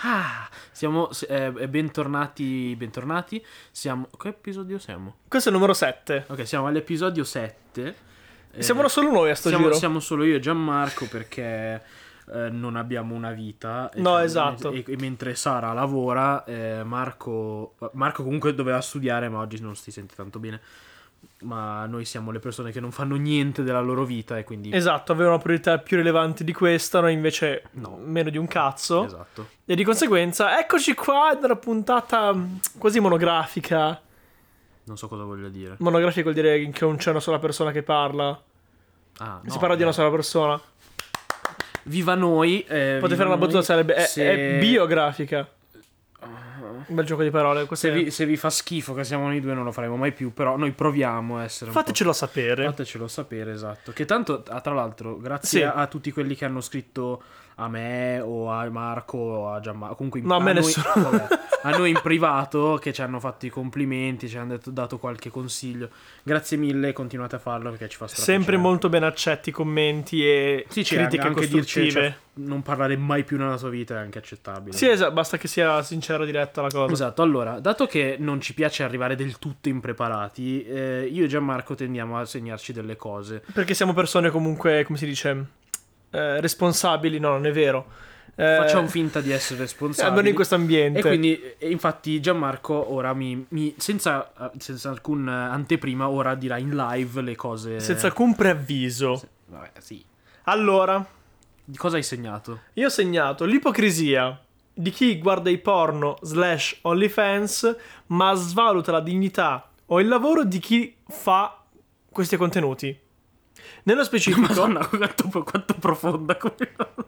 Bentornati. Siamo... Che episodio siamo? Questo è il numero 7. Ok, siamo all'episodio 7. Siamo solo noi a sto giro. Siamo solo io e Gianmarco perché non abbiamo una vita. No, esatto. E mentre Sara lavora, Marco comunque doveva studiare, ma oggi non si sente tanto bene. Ma noi siamo le persone che non fanno niente della loro vita e quindi... Esatto, avevano priorità più rilevanti di questa, noi invece no, meno di un cazzo. Esatto. E di conseguenza, eccoci qua ad una puntata quasi monografica. Non so cosa voglia dire. Monografica vuol dire che non c'è una sola persona che parla. Si parla di una sola persona. Viva noi. Potete fare una battuta, sarebbe è biografica. Un bel gioco di parole. Se vi fa schifo che siamo noi due non lo faremo mai più, però noi proviamo a essere Fatecelo sapere. Fatecelo sapere, esatto. Che tanto, tra l'altro, grazie a tutti quelli che hanno scritto a me o a Marco o a Gianmarco, comunque no, a me nessuno. Vabbè, a noi in privato, che ci hanno fatto i complimenti, ci hanno dato qualche consiglio. Grazie mille, continuate a farlo perché ci fa sempre molto ben accetti commenti e critiche anche costruttive. Dirci, cioè, non parlare mai più nella tua vita è anche accettabile. Sì, esatto, basta che sia sincera e diretta la cosa. Esatto, allora, dato che non ci piace arrivare del tutto impreparati, io e Gianmarco tendiamo a segnarci delle cose. Perché siamo persone comunque, come si dice, responsabili. No, non è vero. Facciamo finta di essere responsabili. Almeno in questo ambiente. E quindi, infatti, Gianmarco ora senza alcun anteprima, ora dirà in live le cose. Senza alcun preavviso. Vabbè, sì. Allora, di cosa hai segnato? Io ho segnato l'ipocrisia di chi guarda i porno / OnlyFans, ma svaluta la dignità o il lavoro di chi fa questi contenuti. Nello specifico... Madonna, quanto profonda come...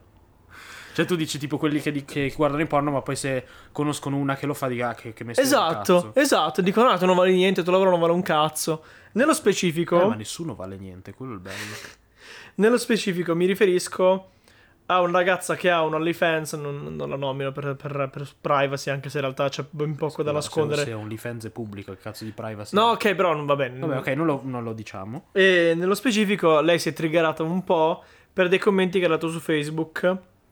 Cioè tu dici tipo quelli che guardano i porno, ma poi se conoscono una che lo fa dica che mestiere cazzo. Esatto, dicono tu non vale niente, tuo lavoro non vale un cazzo. Nello specifico... ma nessuno vale niente, quello è il bello. Nello specifico mi riferisco a una ragazza che ha un OnlyFans, non la nomino per privacy, anche se in realtà c'è ben poco da nascondere. Se OnlyFans è pubblico, che cazzo di privacy? No, ok, però non va bene. Vabbè, ok, non lo diciamo. E nello specifico lei si è triggerata un po' per dei commenti che ha dato su Facebook,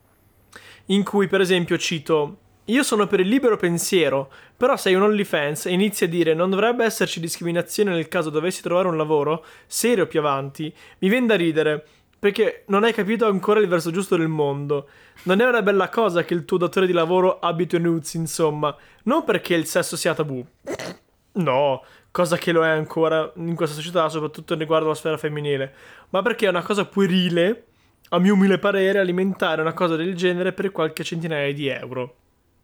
in cui per esempio cito: io sono per il libero pensiero, però sei un OnlyFans e inizi a dire non dovrebbe esserci discriminazione nel caso dovessi trovare un lavoro serio più avanti, mi viene da ridere, perché non hai capito ancora il verso giusto del mondo. Non è una bella cosa che il tuo datore di lavoro abbia i tuoi nudes, insomma. Non perché il sesso sia tabù. No, cosa che lo è ancora in questa società, soprattutto riguardo alla sfera femminile. Ma perché è una cosa puerile, a mio umile parere, alimentare una cosa del genere per qualche centinaia di euro.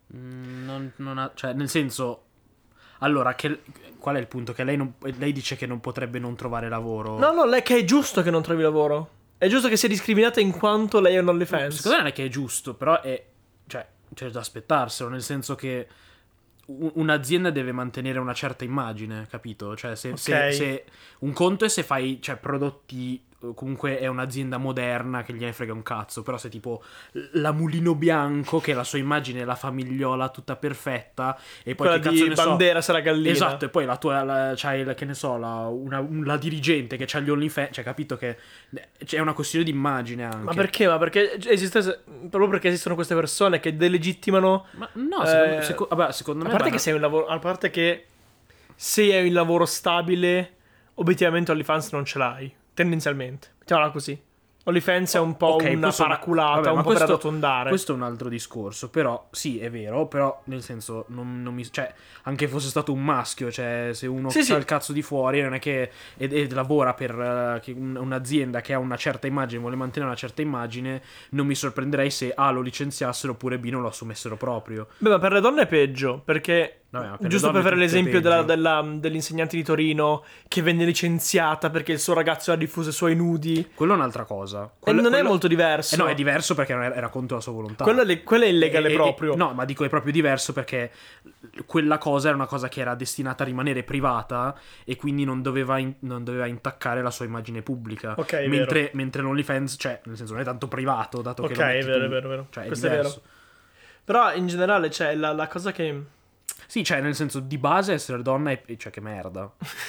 Cioè, nel senso... Allora, qual è il punto? Che lei dice che non potrebbe non trovare lavoro. No, lei che è giusto che non trovi lavoro. È giusto che sia discriminata in quanto lei è un OnlyFans. Secondo me non è che è giusto, però cioè, c'è da aspettarselo, nel senso che un'azienda deve mantenere una certa immagine, capito? Cioè, se un conto è se fai, cioè, prodotti... Comunque è un'azienda moderna che gliene frega un cazzo. Però se tipo la Mulino Bianco, che la sua immagine è la famigliola tutta perfetta, e poi quella che cazzo di ne Bandera sarà gallina. Esatto, e poi c'hai che ne so, la dirigente che c'ha gli OnlyFans. Cioè, capito che c'è una questione di immagine anche. Ma perché? Proprio perché esistono queste persone che delegittimano. Ma no, secondo me a parte che sei un lavoro, a parte che se hai un lavoro stabile, obiettivamente OnlyFans non ce l'hai. Tendenzialmente, mettiamola così. OnlyFans è un po' una paraculata, un po' per arrotondare. Questo è un altro discorso, però sì, è vero, però nel senso non mi, cioè, anche fosse stato un maschio, cioè se uno c'ha il cazzo di fuori, non è che e lavora per un'azienda che ha una certa immagine, vuole mantenere una certa immagine, non mi sorprenderei se A lo licenziassero oppure B non lo assumessero proprio. Beh, ma per le donne è peggio, perché giusto per fare l'esempio dell'insegnante di Torino che venne licenziata perché il suo ragazzo ha diffuso i suoi nudi. Quello è un'altra cosa. Non è molto diverso. No, è diverso perché era contro la sua volontà. Quello è illegale proprio. No, ma dico è proprio diverso perché quella cosa era una cosa che era destinata a rimanere privata e quindi non doveva intaccare la sua immagine pubblica. Ok, mentre l'OnlyFans, cioè, nel senso, non è tanto privato, dato che... Ok, è vero. Cioè, questo è vero. Però in generale c'è la cosa che... Sì, cioè, nel senso, di base essere donna è... Cioè, che merda.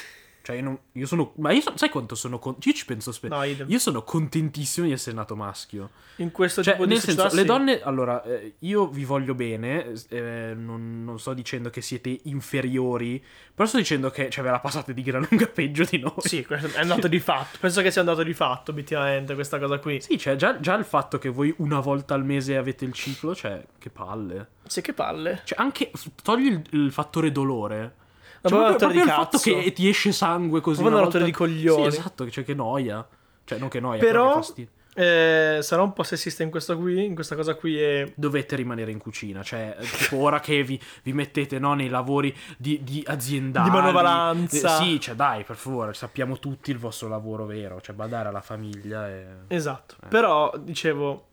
Cioè, io sono... Ma sai quanto sono... Io ci penso spesso. No, idem. Io sono contentissimo di essere nato maschio. In questo Cioè, tipo di nel società, senso, le sì. donne... Allora, io vi voglio bene, non sto dicendo che siete inferiori, però sto dicendo che ve la passate di gran lunga peggio di noi. Sì, questo è un dato di fatto. Penso che sia un dato di fatto, obiettivamente, questa cosa qui. Sì, cioè, già il fatto che voi una volta al mese avete il ciclo, cioè, che palle. Sì, che palle. Cioè, anche... Togli il fattore dolore. Ma Cioè, proprio proprio di il fatto cazzo. che ti esce sangue così Proprio una una rottura volta... di coglioni. Sì, esatto, cioè che noia. Cioè, non che noia, Però che fastidio. sarò un po' sessista in questa cosa qui e... Dovete rimanere in cucina, cioè, tipo ora che vi mettete, no, nei lavori di aziendali. Di manovalanza. Sì, cioè, dai, per favore, sappiamo tutti il vostro lavoro vero, cioè, badare alla famiglia e... Esatto. Però, dicevo...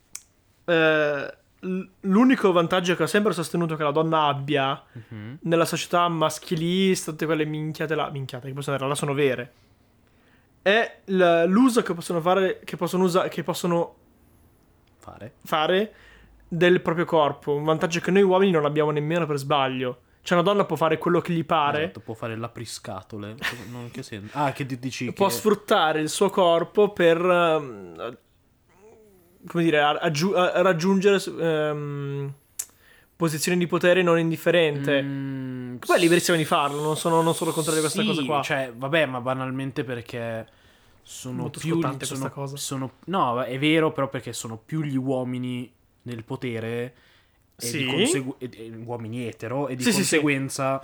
l'unico vantaggio che ho sempre sostenuto che la donna abbia nella società maschilista, tutte quelle minchiate che possono avere, là sono vere, è l'uso che possono fare, che possono fare del proprio corpo. Un vantaggio che noi uomini non abbiamo nemmeno per sbaglio. Cioè una donna può fare quello che gli pare. Esatto, può fare l'apriscatole. Non che senso. Ah, che dici può che... sfruttare il suo corpo per come dire, raggiungere posizioni di potere non indifferente. Poi è liberissimo di farlo, non sono contrario a questa cosa qua. Cioè, vabbè, ma banalmente perché sono Molto più scottante questa cosa. No, è vero, però perché sono più gli uomini nel potere e Sì. uomini etero e di Sì, sì, conseguenza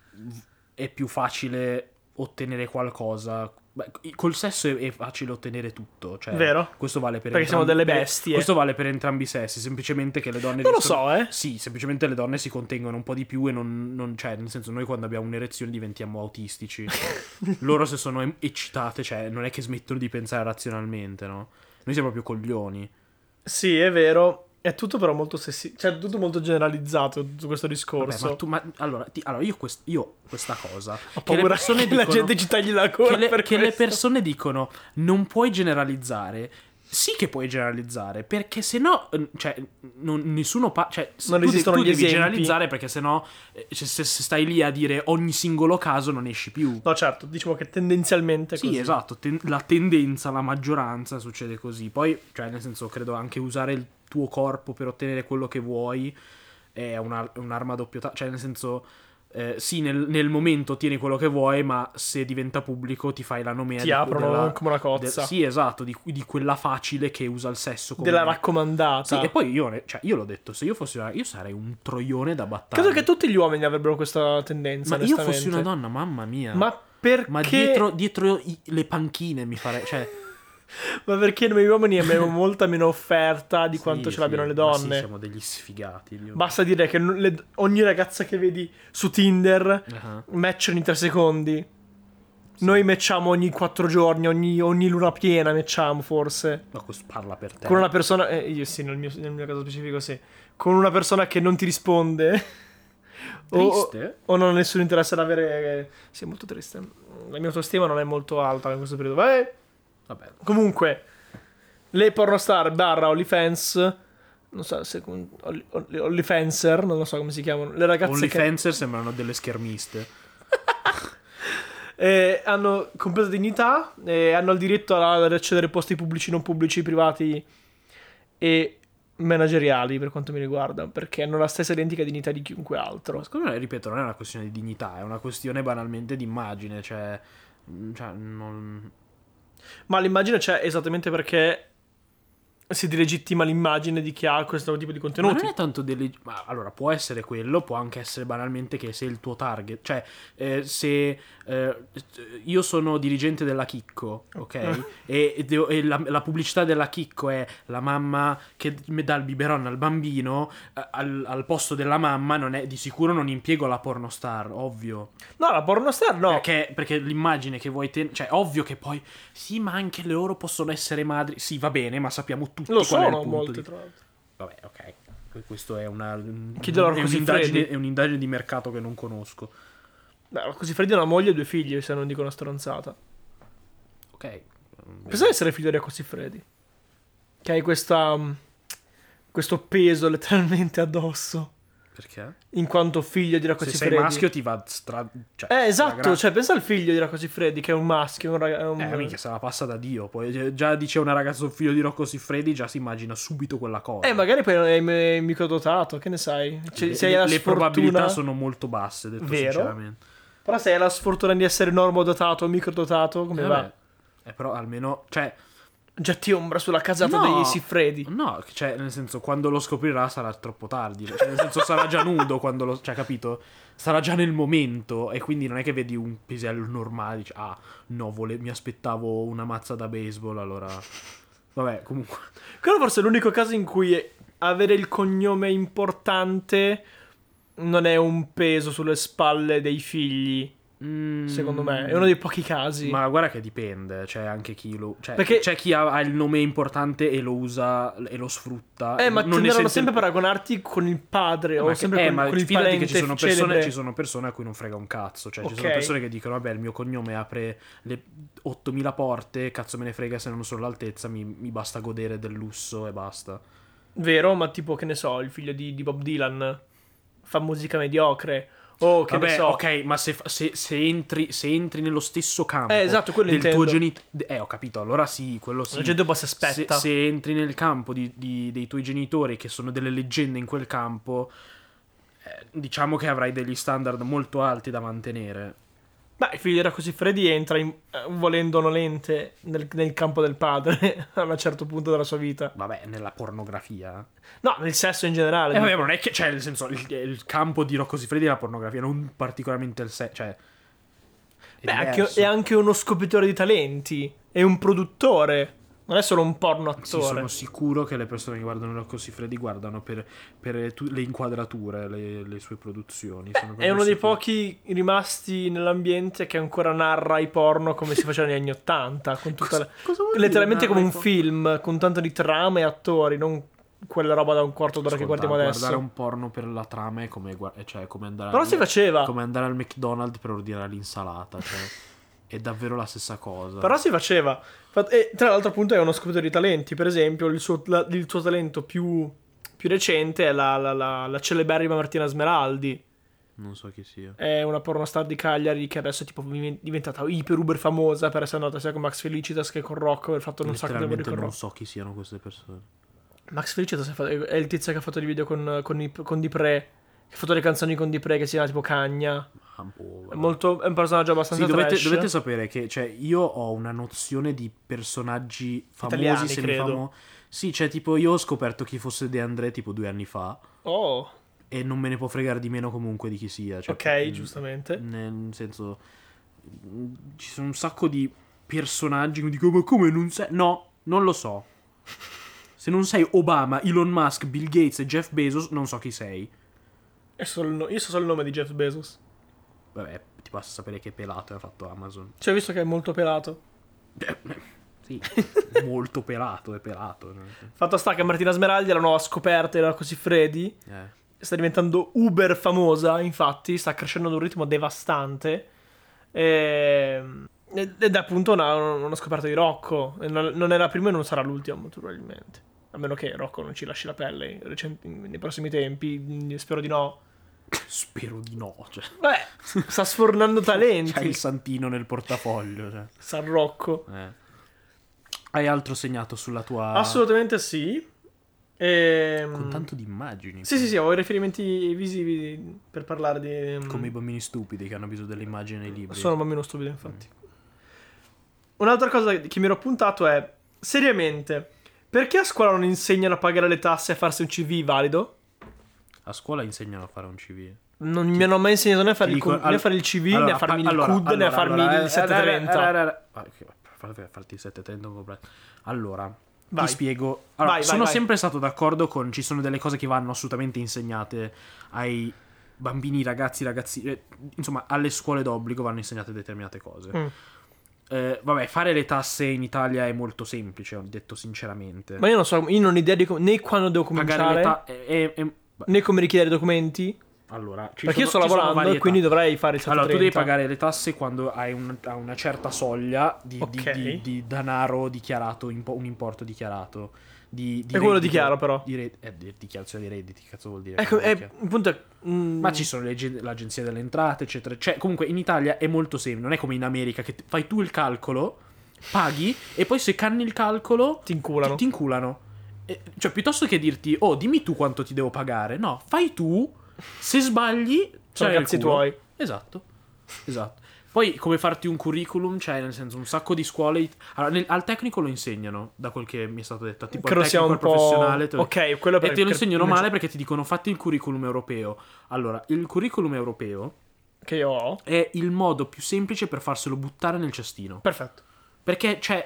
è più facile ottenere qualcosa. Beh, col sesso è facile ottenere tutto, cioè, Vero. questo vale per Perché siamo delle bestie. Questo vale per entrambi i sessi, semplicemente che le donne Non lo so, Sì, semplicemente le donne si contengono un po' di più e cioè, nel senso, noi quando abbiamo un'erezione diventiamo autistici. Loro se sono eccitate, cioè, non è che smettono di pensare razionalmente, no? Noi siamo proprio coglioni. Sì, è vero. È tutto però molto cioè tutto molto generalizzato tutto questo discorso. Vabbè, allora, io questa cosa Ho che le paura persone che la dicono, gente ci tagli la coda che le persone dicono non puoi generalizzare. Sì che puoi generalizzare, perché se no, cioè, nessuno cioè, non esistono tu gli devi esempi. generalizzare, perché se no, se stai lì a dire ogni singolo caso non esci più. No, certo, diciamo che tendenzialmente è Sì, così. esatto, la tendenza, la maggioranza succede così. Poi, cioè, nel senso, credo anche usare il tuo corpo per ottenere quello che vuoi è un'arma a doppio taglio. Cioè, nel senso, sì, nel momento ottieni quello che vuoi, ma se diventa pubblico ti fai la nomea Ti aprono come una cozza. sì, esatto, di quella facile che usa il sesso come... Della raccomandata. Sì, e poi io l'ho detto, se io fossi io sarei un troione da battaglia. Credo che tutti gli uomini avrebbero questa tendenza. Ma io fossi una donna, mamma mia. Ma perché? Ma dietro le panchine mi farei... Cioè... Ma perché noi uomini abbiamo molta meno offerta di quanto ce l'abbiano le donne. Ma sì, siamo degli sfigati. Basta dire che ogni ragazza che vedi su Tinder matchano in 3 secondi. Sì. Noi matchiamo ogni 4 giorni, ogni luna piena matchiamo forse. Ma questo parla per te. Con una persona... io sì, nel mio caso specifico sì. Con una persona che non ti risponde. Triste? O non ha nessun interesse ad avere... Sì, è molto triste. La mia autostima non è molto alta in questo periodo. Vabbè. Comunque, le pornostar / OnlyFans, non so se OnlyFanser, non lo so come si chiamano, le ragazze OnlyFanser sembrano delle schermiste. Hanno completa dignità e hanno il diritto ad accedere a posti pubblici, non pubblici, privati e manageriali per quanto mi riguarda, perché hanno la stessa identica dignità di chiunque altro. Ma secondo me, ripeto, non è una questione di dignità, è una questione banalmente di immagine, cioè non... Ma l'immagine c'è esattamente perché si delegittima l'immagine di chi ha questo tipo di contenuti. Ma non è tanto ma allora, può essere quello, può anche essere banalmente che sei il tuo target. Cioè, se io sono dirigente della Chicco, ok? E la pubblicità della Chicco è la mamma che mi dà il biberon al bambino, al posto della mamma di sicuro non impiego la pornostar, ovvio. No, la pornostar no. Perché l'immagine che vuoi cioè, ovvio che poi sì, ma anche loro possono essere madri. Sì, va bene, ma sappiamo tutti lo qual è il sono punto molte, tra l'altro. Vabbè, ok. Questo è è un'indagine di mercato che non conosco. Beh, così Freddy ha una moglie e 2 figli, se non dico una stronzata. Ok. Pensa di essere figlio di Così Freddy. Che hai questo peso letteralmente addosso. Perché? In quanto figlio di Rocco Se Siffredi. sei maschio ti va esatto, cioè pensa al figlio di Rocco Siffredi che è un maschio, mica se la passa da Dio. Poi già dice una ragazza un figlio di Rocco Siffredi, già si immagina subito quella cosa. Magari poi è microdotato, che ne sai? Cioè, le probabilità sono molto basse, detto sinceramente. Però se hai la sfortuna di essere normodotato o microdotato, come va? Però almeno, cioè... Già ti ombra sulla casata degli Siffredi. No, cioè, nel senso, quando lo scoprirà sarà troppo tardi. Cioè, nel senso, sarà già nudo quando lo... Cioè, capito? Sarà già nel momento. E quindi non è che vedi un pisello normale, dici, ah, no, mi aspettavo una mazza da baseball, allora... Vabbè, comunque... Quello forse è l'unico caso in cui avere il cognome importante non è un peso sulle spalle dei figli. Secondo me è uno dei pochi casi. Ma guarda che dipende, c'è anche chi lo... Cioè, perché c'è chi ha il nome importante e lo usa e lo sfrutta. Ma non tenderanno sempre a paragonarti con il padre o sempre con il parente che ci sono persone a cui non frega un cazzo. Cioè ci sono persone che dicono vabbè, il mio cognome apre le 8000 porte, cazzo me ne frega se non sono all'altezza, mi basta godere del lusso e basta. Vero, ma tipo che ne so, il figlio di Bob Dylan fa musica mediocre. Oh, che vabbè, ne so. ok, ma se entri nello stesso campo esatto, quello del tuo genitore... ho capito, allora sì, quello sì. La gente poi si aspetta. Se entri nel campo dei tuoi genitori, che sono delle leggende in quel campo, diciamo che avrai degli standard molto alti da mantenere. Beh, il figlio era così freddi, entra volendo o nolente nel campo del padre a un certo punto della sua vita. Vabbè, nella pornografia. No, nel sesso in generale. Vabbè, non è che, cioè, nel senso, il campo di Rocco Siffredi è la pornografia, non particolarmente il sesso, cioè... È anche uno scopritore di talenti, è un produttore, non è solo un porno attore. Sì, sono sicuro che le persone che guardano Rocco Siffredi guardano per le inquadrature, le sue produzioni. È uno dei pochi rimasti nell'ambiente che ancora narra i porno come si faceva negli anni '80, con tutta letteralmente come un film, con tanto di trama e attori, non quella roba da un quarto d'ora che guardiamo adesso. Guardare un porno per la trama è come andare però si faceva. Come andare al McDonald's per ordinare l'insalata, cioè è davvero la stessa cosa. Però si faceva. E tra l'altro appunto è uno scopritore di talenti. Per esempio il suo talento più recente è la celeberrima Martina Smeraldi. Non so chi sia. È una pornostar di Cagliari che adesso è tipo diventata iper uber famosa per essere andata sia con Max Felicitas che con Rocco, aver fatto un sacco di lavori con Rocco. Non so chi siano queste persone. Max Felicitas è il tizio che ha fatto i video con Dipré, che ha fatto le canzoni con Dipré che si chiama tipo Cagna. È un personaggio abbastanza trash. Dovete sapere che, cioè, io ho una nozione di personaggi famosi, italiani, semifamosi. Sì, cioè, tipo, io ho scoperto chi fosse De André tipo 2 anni fa. Oh. E non me ne può fregare di meno comunque di chi sia. Cioè, ok, giustamente. Nel senso, ci sono un sacco di personaggi che dico, ma come non sai? No, non lo so. Se non sei Obama, Elon Musk, Bill Gates e Jeff Bezos, non so chi sei. Io so solo il nome di Jeff Bezos. Vabbè, ti basta sapere che pelato ha fatto Amazon. Cioè, ho visto che è molto pelato. Sì, molto pelato, è pelato. Fatto sta che Martina Smeraldi è la nuova scoperta, era così freddi. Sta diventando uber famosa, infatti, sta crescendo ad un ritmo devastante. Ed è appunto una scoperta di Rocco. Non è la prima e non sarà l'ultima, molto probabilmente. A meno che Rocco non ci lasci la pelle nei prossimi tempi, spero di no. Spero di no, cioè. Beh, sta sfornando talenti. C'hai il santino nel portafoglio, cioè. San Rocco. Hai altro segnato sulla tua... Assolutamente sì. Con tanto di immagini. Sì, ho i riferimenti visivi per parlare di... Come i bambini stupidi che hanno bisogno delle immagini nei libri. Sono un bambino stupido, infatti. Un'altra cosa che mi ero appuntato è, seriamente, perché a scuola non insegnano a pagare le tasse e a farsi un CV valido? A scuola insegnano a fare un CV. Non mi hanno mai insegnato né a fare, né a fare il CV, né a farmi il CUD, né a farmi il 730. Farti il 730 completo. Allora, vai. Ti spiego. Allora, sono sempre stato d'accordo con... Ci sono delle cose che vanno assolutamente insegnate ai bambini, ragazzi, insomma, alle scuole d'obbligo vanno insegnate determinate cose. Vabbè, fare le tasse in Italia è molto semplice, ho detto sinceramente. Ma io non so, io non ho idea di né quando devo cominciare, né come richiedere documenti. Allora, perché io sto lavorando e quindi dovrei fare il 730. Allora, tu devi pagare le tasse quando hai una certa soglia di denaro dichiarato, un importo dichiarato. E quello dichiaro però. Dichiarazione di redditi, cazzo vuol dire? Ecco, appunto... Ma ci sono l'agenzia delle entrate, eccetera. Cioè, comunque in Italia è molto semplice, non è come in America che fai tu il calcolo, paghi e poi se canni il calcolo ti inculano. Ti inculano. Cioè, piuttosto che dirti, oh, dimmi tu quanto ti devo pagare. No, fai tu, se sbagli, sono cazzi tuoi. Esatto. Poi come farti un curriculum, cioè nel senso un sacco di scuole. Allora, al tecnico lo insegnano, da quel che mi è stato detto. Tipo credo al sia un tecnico, al professionale. Ok, quello e te lo insegnano male perché ti dicono fatti il curriculum europeo. Allora, il curriculum europeo che io ho è il modo più semplice per farselo buttare nel cestino. Perfetto. Perché, cioè,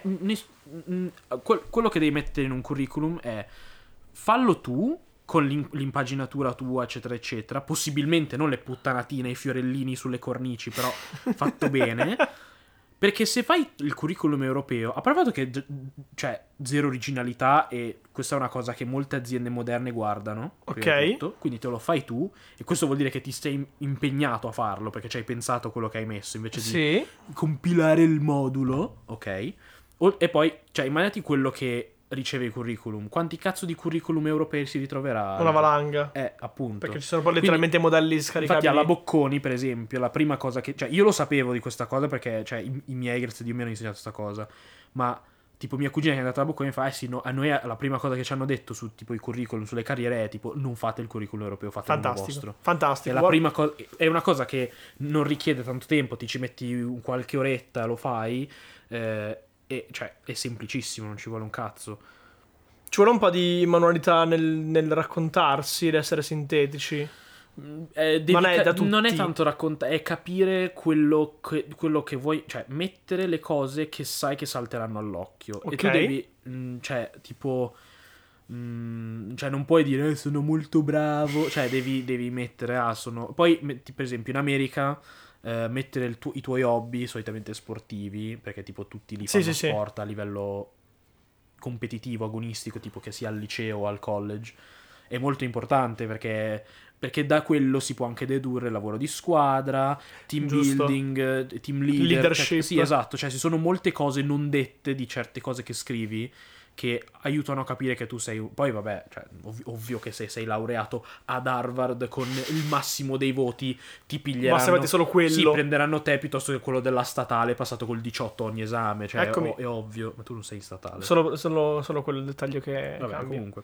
quello che devi mettere in un curriculum è fallo tu con l'impaginatura tua, eccetera, eccetera. Possibilmente non le puttanatine e i fiorellini sulle cornici, però fatto bene. Perché se fai il curriculum europeo, a parte che cioè zero originalità, e questa è una cosa che molte aziende moderne guardano. Ok. Quindi te lo fai tu, e questo vuol dire che ti sei impegnato a farlo, perché ci hai pensato a quello che hai messo, invece di compilare il modulo, ok? E poi, cioè, immaginati quello che riceve il curriculum. Quanti cazzo di curriculum europei si ritroverà? Una valanga. Appunto. Perché ci sono poi letteralmente modelli scaricabili. Infatti alla Bocconi, per esempio, la prima cosa che... Cioè, io lo sapevo di questa cosa perché, cioè, i miei, grazie a Dio, mi hanno insegnato questa cosa. Ma, tipo, mia cugina che è andata alla Bocconi fa, sì, no, a noi la prima cosa che ci hanno detto su, tipo, i curriculum, sulle carriere è, tipo, non fate il curriculum europeo, fate il vostro. Fantastico. È la prima cosa... È una cosa che non richiede tanto tempo, ti ci metti qualche oretta, lo fai, e, cioè, è semplicissimo, non ci vuole un cazzo. Ci vuole un po' di manualità nel raccontarsi, ed essere sintetici. Non è tanto raccontare, è capire quello che vuoi, cioè mettere le cose che sai che salteranno all'occhio. Okay. E tu devi, cioè, tipo, cioè non puoi dire sono molto bravo, cioè devi mettere poi per esempio in America mettere i tuoi hobby solitamente sportivi, perché tipo tutti li fanno sport a livello competitivo, agonistico, tipo che sia al liceo o al college, è molto importante perché da quello si può anche dedurre lavoro di squadra, team building, team leadership. Sì, esatto, cioè ci sono molte cose non dette di certe cose che scrivi che aiutano a capire che tu sei... Poi vabbè, cioè, ovvio che se sei laureato ad Harvard con il massimo dei voti ti piglieranno... Ma se avete solo quello... Sì, prenderanno te piuttosto che quello della statale passato col 18 ogni esame, cioè è ovvio, ma tu non sei in statale. Solo quel dettaglio che vabbè, cambia. Comunque.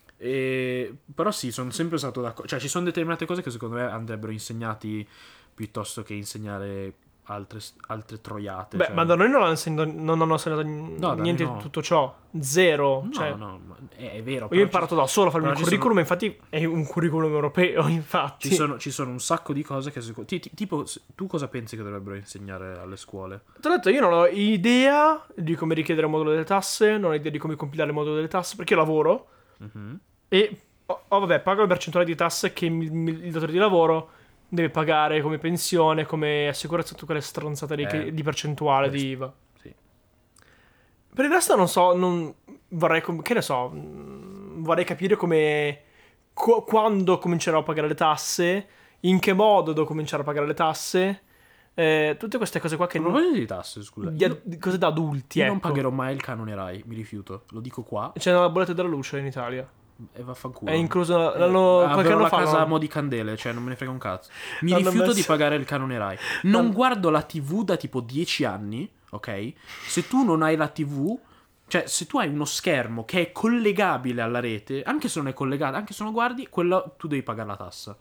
Però sì, sono sempre stato d'accordo. Cioè, ci sono determinate cose che secondo me andrebbero insegnati piuttosto che insegnare altre troiate. Beh, cioè... ma da noi non hanno insegnato niente di tutto ciò. Zero. No, cioè... no, è vero. Io ho imparato da solo a fare il curriculum, infatti è un curriculum europeo, infatti. Ci sono un sacco di cose che... Tipo, tu cosa pensi che dovrebbero insegnare alle scuole? Ti ho detto, io non ho idea di come richiedere il modulo delle tasse, non ho idea di come compilare il modulo delle tasse, perché io lavoro e, vabbè, pago le percentuali di tasse che il datore di lavoro deve pagare come pensione, come assicurazione, tutte quelle stronzate di percentuale di IVA. Sì. Per il resto non so, non vorrei, che ne so, vorrei capire come, quando comincerò a pagare le tasse, in che modo devo cominciare a pagare le tasse, tutte queste cose qua che... A proposito di tasse, scusa. Cose da adulti, io ecco. non pagherò mai il canone Rai, mi rifiuto, lo dico qua. C'è una bolletta della luce in Italia. E vaffanculo. È incluso qualche anno la fa. casa a mo' di candele, cioè non me ne frega un cazzo. Mi rifiuto di pagare il canone Rai. Non guardo la TV da tipo 10 anni, ok? Se tu non hai la TV, cioè se tu hai uno schermo che è collegabile alla rete, anche se non è collegato, anche se non guardi, quello tu devi pagare la tassa.